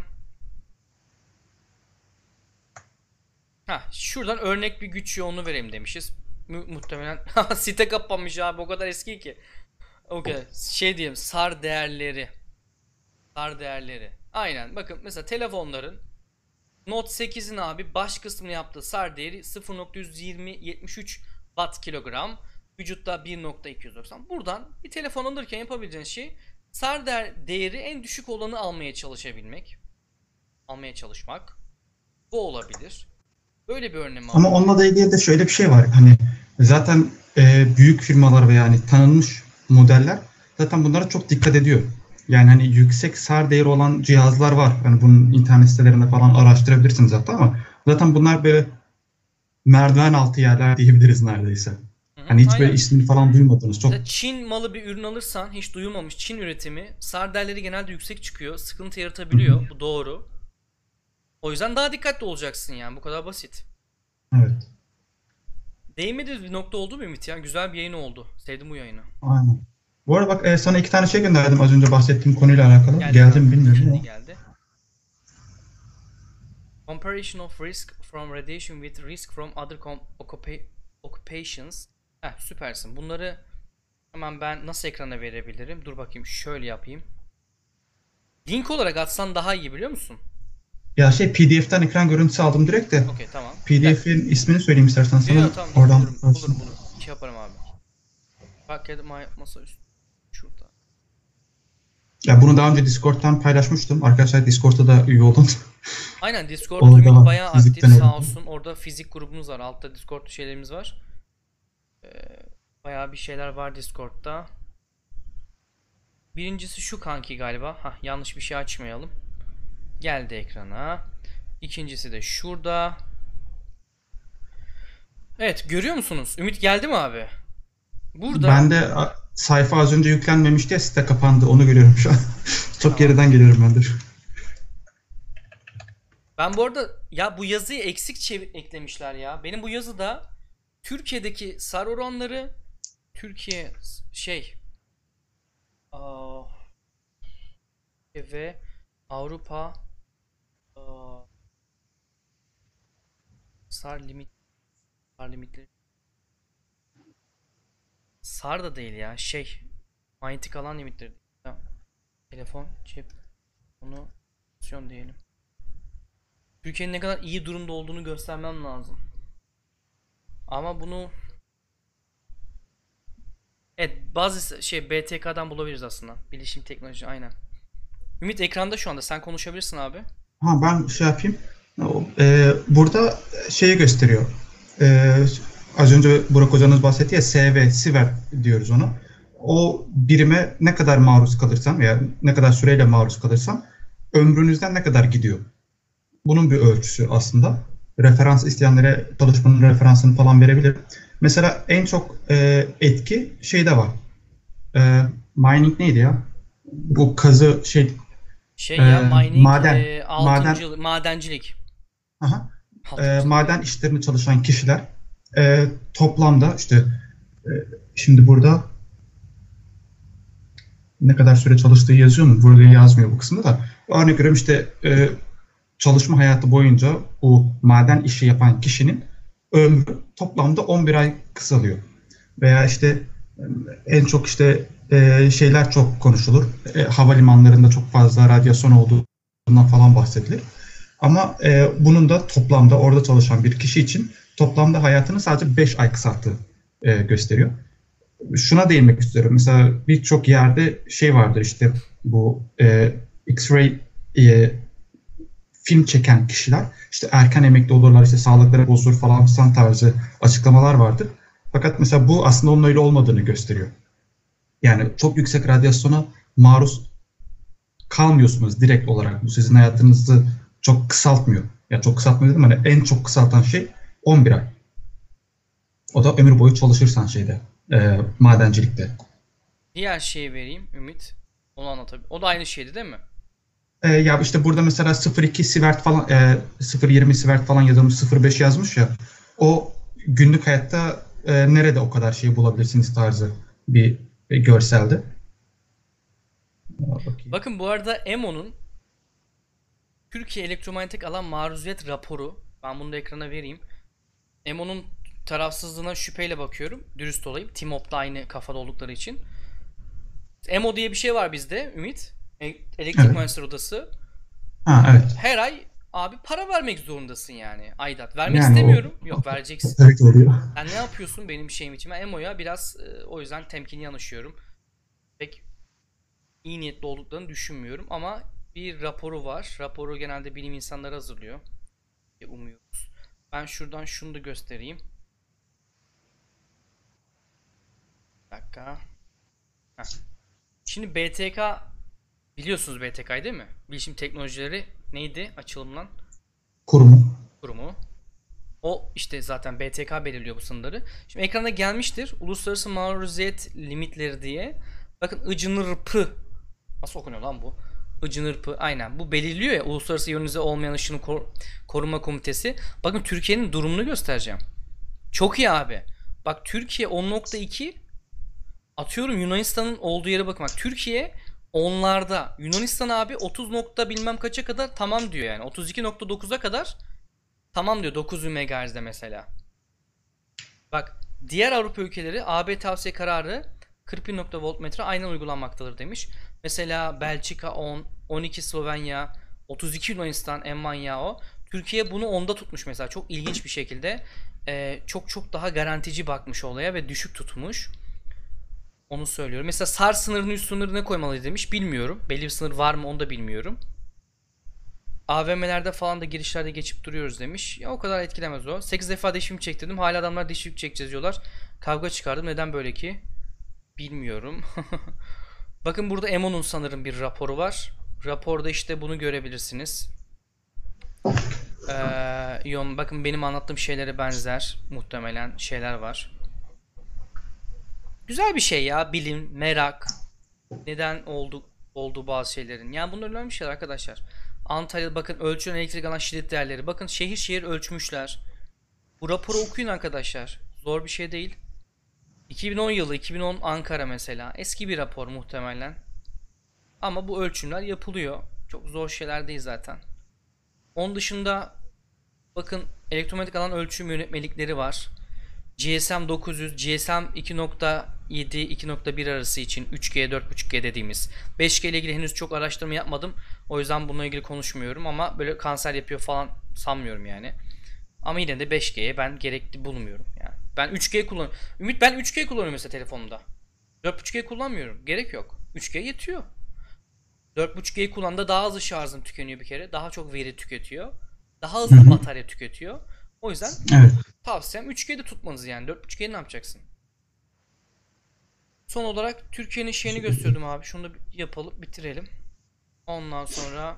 Ha, şuradan örnek bir güç yoğunluğu vereyim demişiz. Mu muhtemelen site kapanmış abi, o kadar eski ki. Okey. Şey diyelim, S A R değerleri. S A R değerleri. Aynen. Bakın mesela telefonların Note sekizin abi baş kısmını yaptığı S A R değeri sıfır nokta yüz yirmi yetmiş üç watt kilogram. Vücutta bir nokta iki yüz doksan. Buradan bir telefon alırken yapabileceğiniz şey S A R değer, değeri en düşük olanı almaya çalışabilmek. Almaya çalışmak. Bu olabilir. Böyle bir örneğim Ama onunla da ilgili de şöyle bir şey var. Hani zaten e, büyük firmalar ve yani tanınmış modeller zaten bunlara çok dikkat ediyor. Yani hani yüksek S A R değeri olan cihazlar var. Yani bunun internet sitelerinde falan araştırabilirsiniz zaten ama zaten bunlar böyle merdiven altı yerler diyebiliriz neredeyse. Hı hı, hani hiç aynen. Böyle ismini falan duymadınız. Çok... Çin malı bir ürün alırsan hiç duyulmamış Çin üretimi S A R değerleri genelde yüksek çıkıyor. Sıkıntı yaratabiliyor. Hı hı. Bu doğru. O yüzden daha dikkatli olacaksın yani. Bu kadar basit. Evet. Değinmediğimiz bir nokta oldu mu Ümit ya? Güzel bir yayın oldu. Sevdim bu yayını. Aynen. Bu arada bak e, sana iki tane şey gönderdim az önce bahsettiğim konuyla alakalı. Geldi, geldi mi bilmiyorum Şimdi ama. geldi. Comparison of risk from radiation with risk from other occupa occupations. Heh, süpersin. Bunları hemen ben nasıl ekrana verebilirim? Dur bakayım, şöyle yapayım. Link olarak atsan daha iyi, biliyor musun? Ya şey P D F'ten ekran görüntüsü aldım direkt de. Okey, tamam. P D F'in ismini söyleyeyim istersen sana. Yok, tamam, oradan bulurum, bulurum, bulurum. Şey yaparım abi. Bak ya, masa üstü. Şurada. Ya bunu daha önce Discord'tan paylaşmıştım. Arkadaşlar Discord'ta da üye olun. Aynen, Discord'da Ümit bayağı aktif, sağ olsun. Orada fizik grubumuz var. Altta Discord şeylerimiz var. Ee, bayağı bir şeyler var Discord'da. Birincisi şu kanki galiba. Hah, yanlış bir şey açmayalım. Geldi ekrana. İkincisi de şurada. Evet, görüyor musunuz? Ümit geldi mi abi? Burada. Ben de sayfa az önce yüklenmemişti ya, site kapandı. Onu görüyorum şu an. Çok tamam. Geriden geliyorum ben de. Ben bu arada ya bu yazıyı eksik çevir eklemişler ya. Benim bu yazıda Türkiye'deki S A R oranları, Türkiye şey aa, ve Avrupa aa, S A R limit S A R limitleri S A R da değil ya, şey manyetik alan limitleri. Tamam. Telefon, cep, onu opsiyon diyelim. Türkiye'nin ne kadar iyi durumda olduğunu göstermem lazım. Ama bunu evet, bazı şey B T K'dan bulabiliriz aslında. Bilişim teknoloji, aynen. Ümit ekranda şu anda, sen konuşabilirsin abi. Ha, ben şey yapayım. Ee, burada şeyi gösteriyor. Ee, az önce Burak hocanız bahsetti ya, S V, Siver diyoruz ona. O birime ne kadar maruz kalırsam veya ne kadar süreyle maruz kalırsam ömrünüzden ne kadar gidiyor. Bunun bir ölçüsü aslında. Referans isteyenlere çalışmanın referansını falan verebilirim. Mesela en çok e, etki şeyde var. E, mining neydi ya? Bu kazı şey şey ya e, mining, maden, e, altıncı, maden madencilik. Aha. E, maden işlerini çalışan kişiler e, toplamda işte e, Şimdi burada ne kadar süre çalıştığı yazıyor mu? Burada yazmıyor bu kısımda da. Örnek veriyorum işte e, çalışma hayatı boyunca bu maden işi yapan kişinin ömrü toplamda on bir ay kısalıyor. Veya işte en çok işte e, şeyler çok konuşulur. E, havalimanlarında çok fazla radyasyon olduğundan falan bahsedilir. Ama e, bunun da toplamda orada çalışan bir kişi için toplamda hayatını sadece beş ay kısalttığı e, gösteriyor. Şuna değinmek istiyorum. Mesela birçok yerde şey vardır işte bu e, X-ray e, film çeken kişiler işte erken emekli olurlar, işte sağlıkları bozulur falan filan tarzı açıklamalar vardır. Fakat mesela bu aslında onun öyle olmadığını gösteriyor. Yani çok yüksek radyasyona maruz kalmıyorsunuz direkt olarak. Bu sizin hayatınızı çok kısaltmıyor. Ya çok kısaltmıyor dedim, hani en çok kısaltan şey on bir ay. O da ömür boyu çalışırsan şeyde, e, madencilikte. Diğer şeyi vereyim Ümit. Onu anlatabilir. O da aynı şeydi değil mi? E, ya işte burada mesela sıfır virgül iki sivert falan, e, sıfır virgül yirmi sivert falan ya da sıfır virgül beş yazmış ya. O günlük hayatta e, nerede o kadar şeyi bulabilirsiniz tarzı bir, bir görseldi. Bakın bu arada E M O'nun Türkiye Elektromanyetik Alan Maruziyet Raporu. Ben bunu da ekrana vereyim. E M O'nun tarafsızlığına şüpheyle bakıyorum. Dürüst olayım. Timop'la aynı kafada oldukları için. E M O diye bir şey var bizde Ümit. E- Elektrik Evet. Mühendisleri Odası. Ha, evet. Her ay abi para vermek zorundasın yani. Aidat. Vermek Yani istemiyorum. o, Yok, vereceksin. evet oluyor. Sen ne yapıyorsun benim şeyim için? Ben E M O'ya biraz e, o yüzden temkinli yanaşıyorum. Pek iyi niyetli olduklarını düşünmüyorum ama bir raporu var. Raporu genelde bilim insanları hazırlıyor. E, umuyoruz. Ben şuradan şunu da göstereyim. Bir dakika. Heh. Şimdi B T K, biliyorsunuz B T K'yı değil mi? Bilişim Teknolojileri neydi açılımlan? Kurumu. Kurumu. O işte zaten B T K belirliyor bu sınırları. Şimdi ekrana gelmiştir. Uluslararası Maruziyet Limitleri diye. Bakın ıcınırpı. Nasıl okunuyor lan bu? Icınırpı. Aynen. Bu belirliyor ya. Uluslararası İyonize Olmayan Işını Kor Koruma Komitesi. Bakın Türkiye'nin durumunu göstereceğim. Çok iyi abi. Bak Türkiye on nokta iki. Atıyorum Yunanistan'ın olduğu yere bakın. Bak Türkiye onlarda. Yunanistan abi otuz nokta bilmem kaça kadar tamam diyor yani. otuz iki nokta dokuza kadar tamam diyor. dokuz yüz megahertz'de mesela. Bak diğer Avrupa ülkeleri A B tavsiye kararı kırk bir nokta voltmetre aynen uygulanmaktadır demiş. Mesela Belçika on, on iki Slovenya, otuz iki Yunanistan en manyağı o. Türkiye bunu onda tutmuş mesela. Çok ilginç bir şekilde. Ee, çok çok daha garantici bakmış olaya ve düşük tutmuş. Onu söylüyorum. Mesela S A R sınırını üst sınırı ne koymalıyız demiş. Bilmiyorum. Belli bir sınır var mı onu da bilmiyorum. A V M'lerde falan da girişlerde geçip duruyoruz demiş. Ya o kadar etkilemez o. sekiz defa diş film çektirdim. Hala adamlar diş film çekeceğiz diyorlar. Kavga çıkardım. Neden böyle ki? Bilmiyorum. Bakın burada E M O'nun sanırım bir raporu var. Raporda işte bunu görebilirsiniz. Ee, iyon, bakın benim anlattığım şeylere benzer muhtemelen şeyler var. Güzel bir şey ya. Bilim, merak. Neden oldu olduğu bazı şeylerin. Yani bunlar önemli şeyler arkadaşlar. Antalya'da bakın ölçülen elektrik alan şiddet değerleri. Bakın şehir şehir ölçmüşler. Bu raporu okuyun arkadaşlar. Zor bir şey değil. iki bin on yılı, iki bin on Ankara mesela. Eski bir rapor muhtemelen. Ama bu ölçümler yapılıyor. Çok zor şeyler değil zaten. Onun dışında bakın elektromanyetik alan ölçüm yönetmelikleri var. G S M dokuz yüz, G S M iki nokta yedi iki nokta bir arası için üç G dört buçuk G dediğimiz. beş G ile ilgili henüz çok araştırma yapmadım. O yüzden bununla ilgili konuşmuyorum ama böyle kanser yapıyor falan sanmıyorum yani. Ama yine de beş G'ye ben gerekli bulmuyorum yani. Ben üç G kullanıyorum. Ümit ben üç G kullanıyorum mesela telefonumda. dört buçuk G kullanmıyorum. Gerek yok. üç G yetiyor. dört buçuk G kullandığında daha hızlı şarjım tükeniyor bir kere. Daha çok veri tüketiyor. Daha hızlı Hı hı. batarya tüketiyor. O yüzden Evet. tavsiyem üç G'de tutmanız yani. dört buçuk G'yi ne yapacaksın? Son olarak Türkiye'nin şeyini gösterdim abi. Şunu da yapalım, bitirelim. Ondan sonra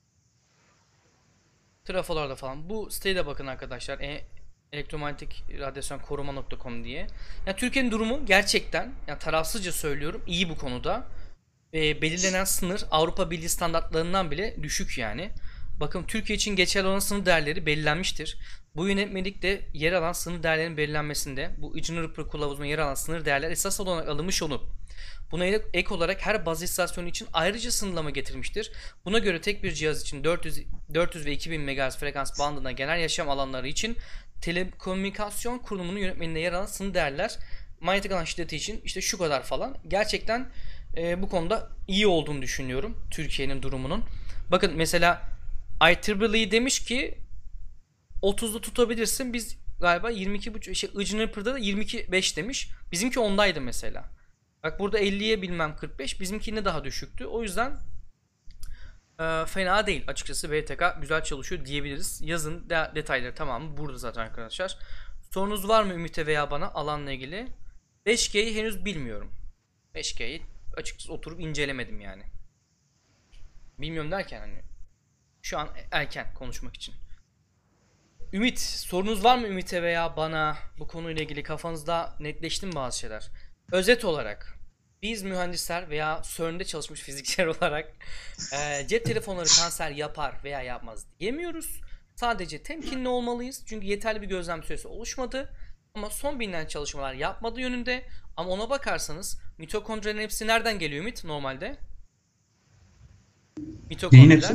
trafolarda falan. Bu siteye de bakın arkadaşlar. E elektromanyetik radyasyon koruma nokta com diye. Yani Türkiye'nin durumu gerçekten, yani tarafsızca söylüyorum, iyi bu konuda. E, belirlenen sınır Avrupa Birliği standartlarından bile düşük yani. Bakın Türkiye için geçerli olan sınır değerleri belirlenmiştir. Bu yönetmelikte yer alan sınır değerlerinin belirlenmesinde bu icra kılavuzuna yer alan sınır değerler esas olarak alınmış olup buna ek olarak her baz istasyonu için ayrıca sınırlama getirilmiştir. Buna göre tek bir cihaz için dört yüz, dört yüz ve iki bin megahertz frekans bandına genel yaşam alanları için telekomünikasyon kurulumunun yönetmeliğinde yer alan sınır değerler manyetik alan şiddeti için işte şu kadar falan. Gerçekten e, bu konuda iyi olduğunu düşünüyorum Türkiye'nin durumunun. Bakın mesela I triple E demiş ki otuzda tutabilirsin. Biz galiba yirmi iki buçuk şey Icnırpır'da da yirmi iki beş demiş. Bizimki ondaydı mesela. Bak burada elliye bilmem kırk beş. Bizimki ne daha düşüktü. O yüzden e, fena değil. Açıkçası B T K güzel çalışıyor diyebiliriz. Yazın de detayları tamamı burada zaten arkadaşlar. Sorunuz var mı Ümit'e veya bana alanla ilgili? beş G'yi henüz bilmiyorum. beş G'yi açıkçası oturup incelemedim yani. Bilmiyorum derken hani şu an erken konuşmak için. Ümit, sorunuz var mı Ümit'e veya bana bu konuyla ilgili kafanızda netleşti mi bazı şeyler? Özet olarak biz mühendisler veya CERN'de çalışmış fizikçiler olarak e, cep telefonları kanser yapar veya yapmaz diyemiyoruz. Sadece temkinli olmalıyız çünkü yeterli bir gözlem süresi oluşmadı. Ama son bilinen çalışmalar yapmadığı yönünde. Ama ona bakarsanız mitokondrilerin hepsi nereden geliyor Ümit normalde? Mitokondriler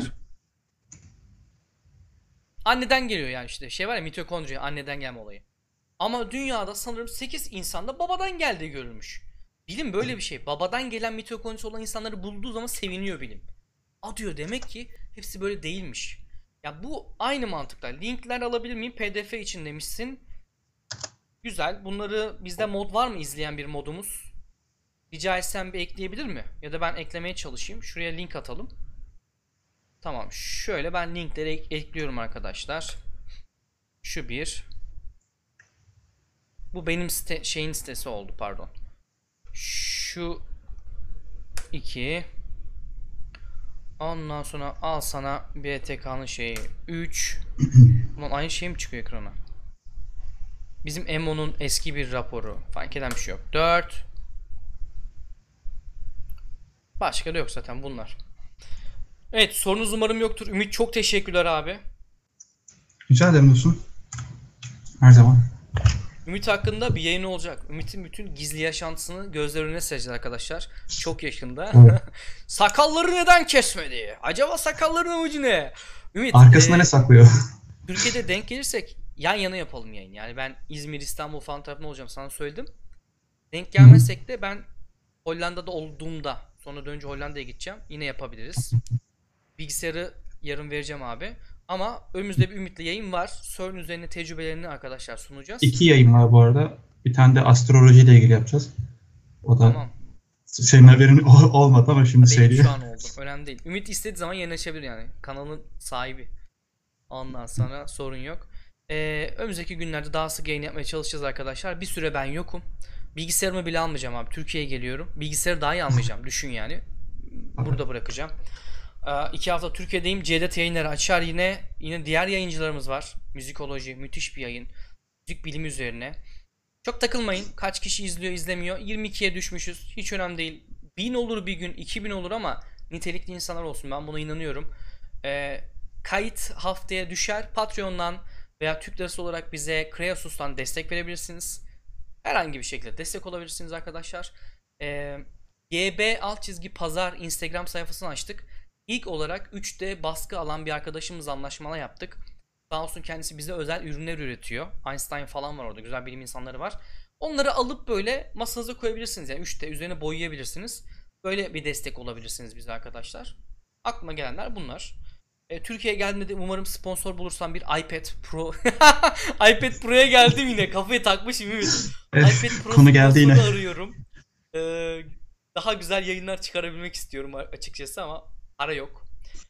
anneden geliyor yani işte şey var ya mitokondri anneden gelme olayı. Ama dünyada sanırım sekiz insanda babadan geldiği görülmüş. Bilim böyle bir şey. Babadan gelen mitokondrisi olan insanları bulduğu zaman seviniyor bilim. A diyor demek ki hepsi böyle değilmiş. Ya bu aynı mantıkla. Linkler alabilir miyim? P D F için demişsin. Güzel. Bunları bizde mod var mı izleyen bir modumuz? Rica etsem bir ekleyebilir mi? Ya da ben eklemeye çalışayım. Şuraya link atalım. Tamam. Şöyle ben linkleri ek ekliyorum arkadaşlar. Şu bir. Bu benim site şeyin sitesi oldu pardon. Şu iki. Ondan sonra al sana B T K'nın şeyi üç. Ulan aynı şey mi çıkıyor ekrana? Bizim E M O'nun eski bir raporu. Fark eden bir şey yok. dört. Başka da yok zaten bunlar. Evet sorunuz umarım yoktur. Ümit çok teşekkürler abi. Rica ederim dostum. Her zaman. Ümit hakkında bir yayın olacak. Ümit'in bütün gizli yaşantısını gözler önüne sereceğiz arkadaşlar. Çok yakında. Evet. Sakalları neden kesmedi? Acaba sakallarının ucu ne? Ümit. Arkasında e, ne saklıyor? Türkiye'de denk gelirsek yan yana yapalım yayın. Yani ben İzmir, İstanbul falan tarafında olacağım sana söyledim. Denk gelmezsek de ben Hollanda'da olduğumda sonra dönünce Hollanda'ya gideceğim. Yine yapabiliriz. Bilgisayarı yarın vereceğim abi. Ama önümüzde bir Ümit'le yayın var. CERN üzerine tecrübelerini arkadaşlar sunacağız. İki yayın var bu arada. Bir tane de astrolojiyle ilgili yapacağız. O da tamam. Senin haberin olmadı ama şimdi Benim söyleyeyim. şu an oldu. Önemli değil. Ümit istediği zaman yayın açabilir yani. Kanalın sahibi. Ondan sonra sorun yok. Ee, önümüzdeki günlerde daha sık yayın yapmaya çalışacağız arkadaşlar. Bir süre ben yokum. Bilgisayarımı bile almayacağım abi. Türkiye'ye geliyorum. Bilgisayarı dahi almayacağım. Düşün yani. Burada bırakacağım. Ee, iki hafta Türkiye'deyim. Cevdet yayınları açar yine. Yine diğer yayıncılarımız var. Müzikoloji. Müthiş bir yayın. Müzik bilimi üzerine. Çok takılmayın. Kaç kişi izliyor izlemiyor. yirmi ikiye düşmüşüz. Hiç önemli değil. bin olur bir gün. iki bin olur ama nitelikli insanlar olsun. Ben buna inanıyorum. Ee, kayıt haftaya düşer. Patreon'dan veya Türk Lirası olarak bize Kreasus'tan destek verebilirsiniz. Herhangi bir şekilde destek olabilirsiniz arkadaşlar. Ee, G B alt çizgi pazar Instagram sayfasını açtık. İlk olarak üç D baskı alan bir arkadaşımızla anlaşmalar yaptık. Sağ olsun kendisi bize özel ürünler üretiyor. Einstein falan var orada. Güzel bilim insanları var. Onları alıp böyle masanıza koyabilirsiniz. Yani üç D üzerine boyayabilirsiniz. Böyle bir destek olabilirsiniz bize arkadaşlar. Aklıma gelenler bunlar. E, Türkiye'ye geldiğinde de umarım sponsor bulursam bir iPad Pro. iPad Pro'ya geldim yine. Kafayı takmışım evet. iPad Pro konu geldi yine. arıyorum. Ee, daha güzel yayınlar çıkarabilmek istiyorum açıkçası ama para yok.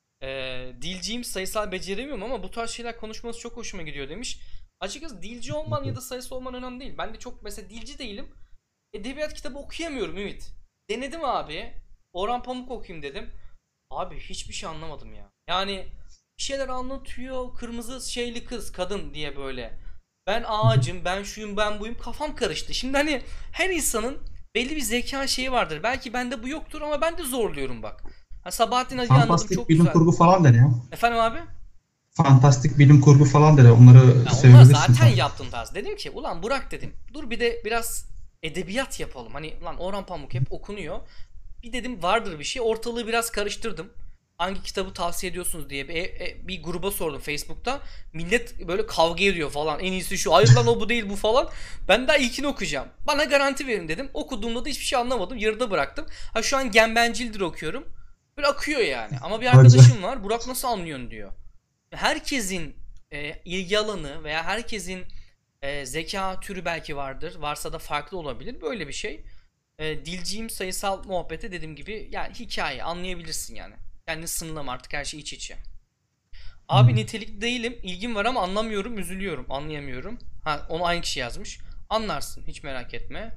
Ee, dilciyim, sayısal beceremiyorum ama bu tarz şeyler konuşması çok hoşuma gidiyor demiş. Açıkçası dilci olman ya da sayısı olman önemli değil. Ben de çok mesela dilci değilim. Edebiyat kitabı okuyamıyorum Ümit. Denedim abi. Orhan Pamuk okuyayım dedim. Abi hiçbir şey anlamadım ya. Yani bir şeyler anlatıyor. Kırmızı şeyli kız, kadın diye böyle. Ben ağacım, ben şuyum, ben buyum. Kafam karıştı. Şimdi hani her insanın belli bir zeka şeyi vardır. Belki bende bu yoktur ama ben de zorluyorum bak. Ha, Sabahattin Ali'yi anladım, çok bilim güzel. kurgu falan deniyor. Efendim abi? fantastik bilim kurgu falan da onları Ya onlar sevebilirsin. zaten Falan. yaptım tarz. Dedim ki ulan Burak dedim. Dur bir de biraz edebiyat yapalım. Hani ulan Orhan Pamuk hep okunuyor. Bir dedim vardır bir şey. Ortalığı biraz karıştırdım. Hangi kitabı tavsiye ediyorsunuz diye bir, e- e- bir gruba sordum Facebook'ta. Millet böyle kavga ediyor falan. En iyisi şu. Hayır lan o bu değil bu falan. Ben daha ilkini okuyacağım. Bana garanti verin dedim. Okuduğumda da hiçbir şey anlamadım. Yarıda bıraktım. Ha şu an Gembencildir okuyorum. Böyle akıyor yani. Ama bir Güzel. arkadaşım var. Burak nasıl anlıyorsun diyor. Herkesin e, ilgi alanı veya herkesin e, zeka türü belki vardır. Varsa da farklı olabilir. Böyle bir şey. E, dilciyim sayısal muhabbete dediğim gibi yani hikaye anlayabilirsin yani. Kendini sınırlama artık her şey iç içe. Abi Hı. nitelikli değilim. İlgim var ama anlamıyorum, üzülüyorum. Anlayamıyorum. Ha onu aynı kişi yazmış. Anlarsın hiç merak etme.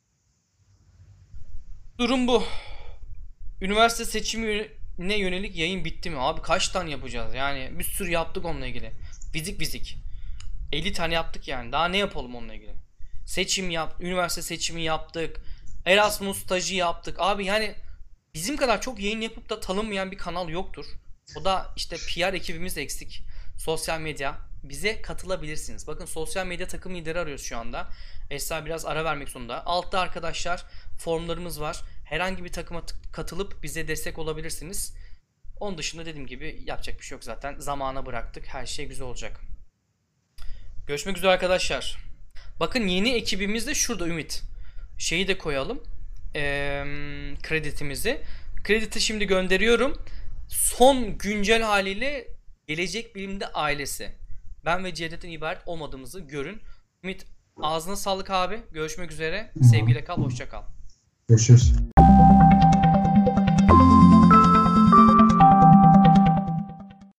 Durum bu. Üniversite seçimine yönelik yayın bitti mi? Abi kaç tane yapacağız? Yani bir sürü yaptık onunla ilgili. Fizik fizik. elli tane yaptık yani. Daha ne yapalım onunla ilgili? Seçim yap, üniversite seçimi yaptık. Erasmus stajı yaptık. Abi yani bizim kadar çok yayın yapıp da tanınmayan bir kanal yoktur. O da işte P R ekibimiz eksik. Sosyal medya. Bize katılabilirsiniz. Bakın sosyal medya takım lideri arıyoruz şu anda. Esra biraz ara vermek zorunda. Altta arkadaşlar formlarımız var. Herhangi bir takıma katılıp bize destek olabilirsiniz. Onun dışında dediğim gibi yapacak bir şey yok zaten. Zamana bıraktık. Her şey güzel olacak. Görüşmek üzere arkadaşlar. Bakın yeni ekibimiz de şurada Ümit. Şeyi de koyalım. Ee, kreditimizi. Krediti şimdi gönderiyorum. Son güncel haliyle Gelecek Bilim'de ailesi. Ben ve Cevdet'ten ibaret olmadığımızı görün. Ümit ağzına sağlık abi. Görüşmek üzere. Hı. Sevgiyle kal. Hoşça kal. Görüşürüz.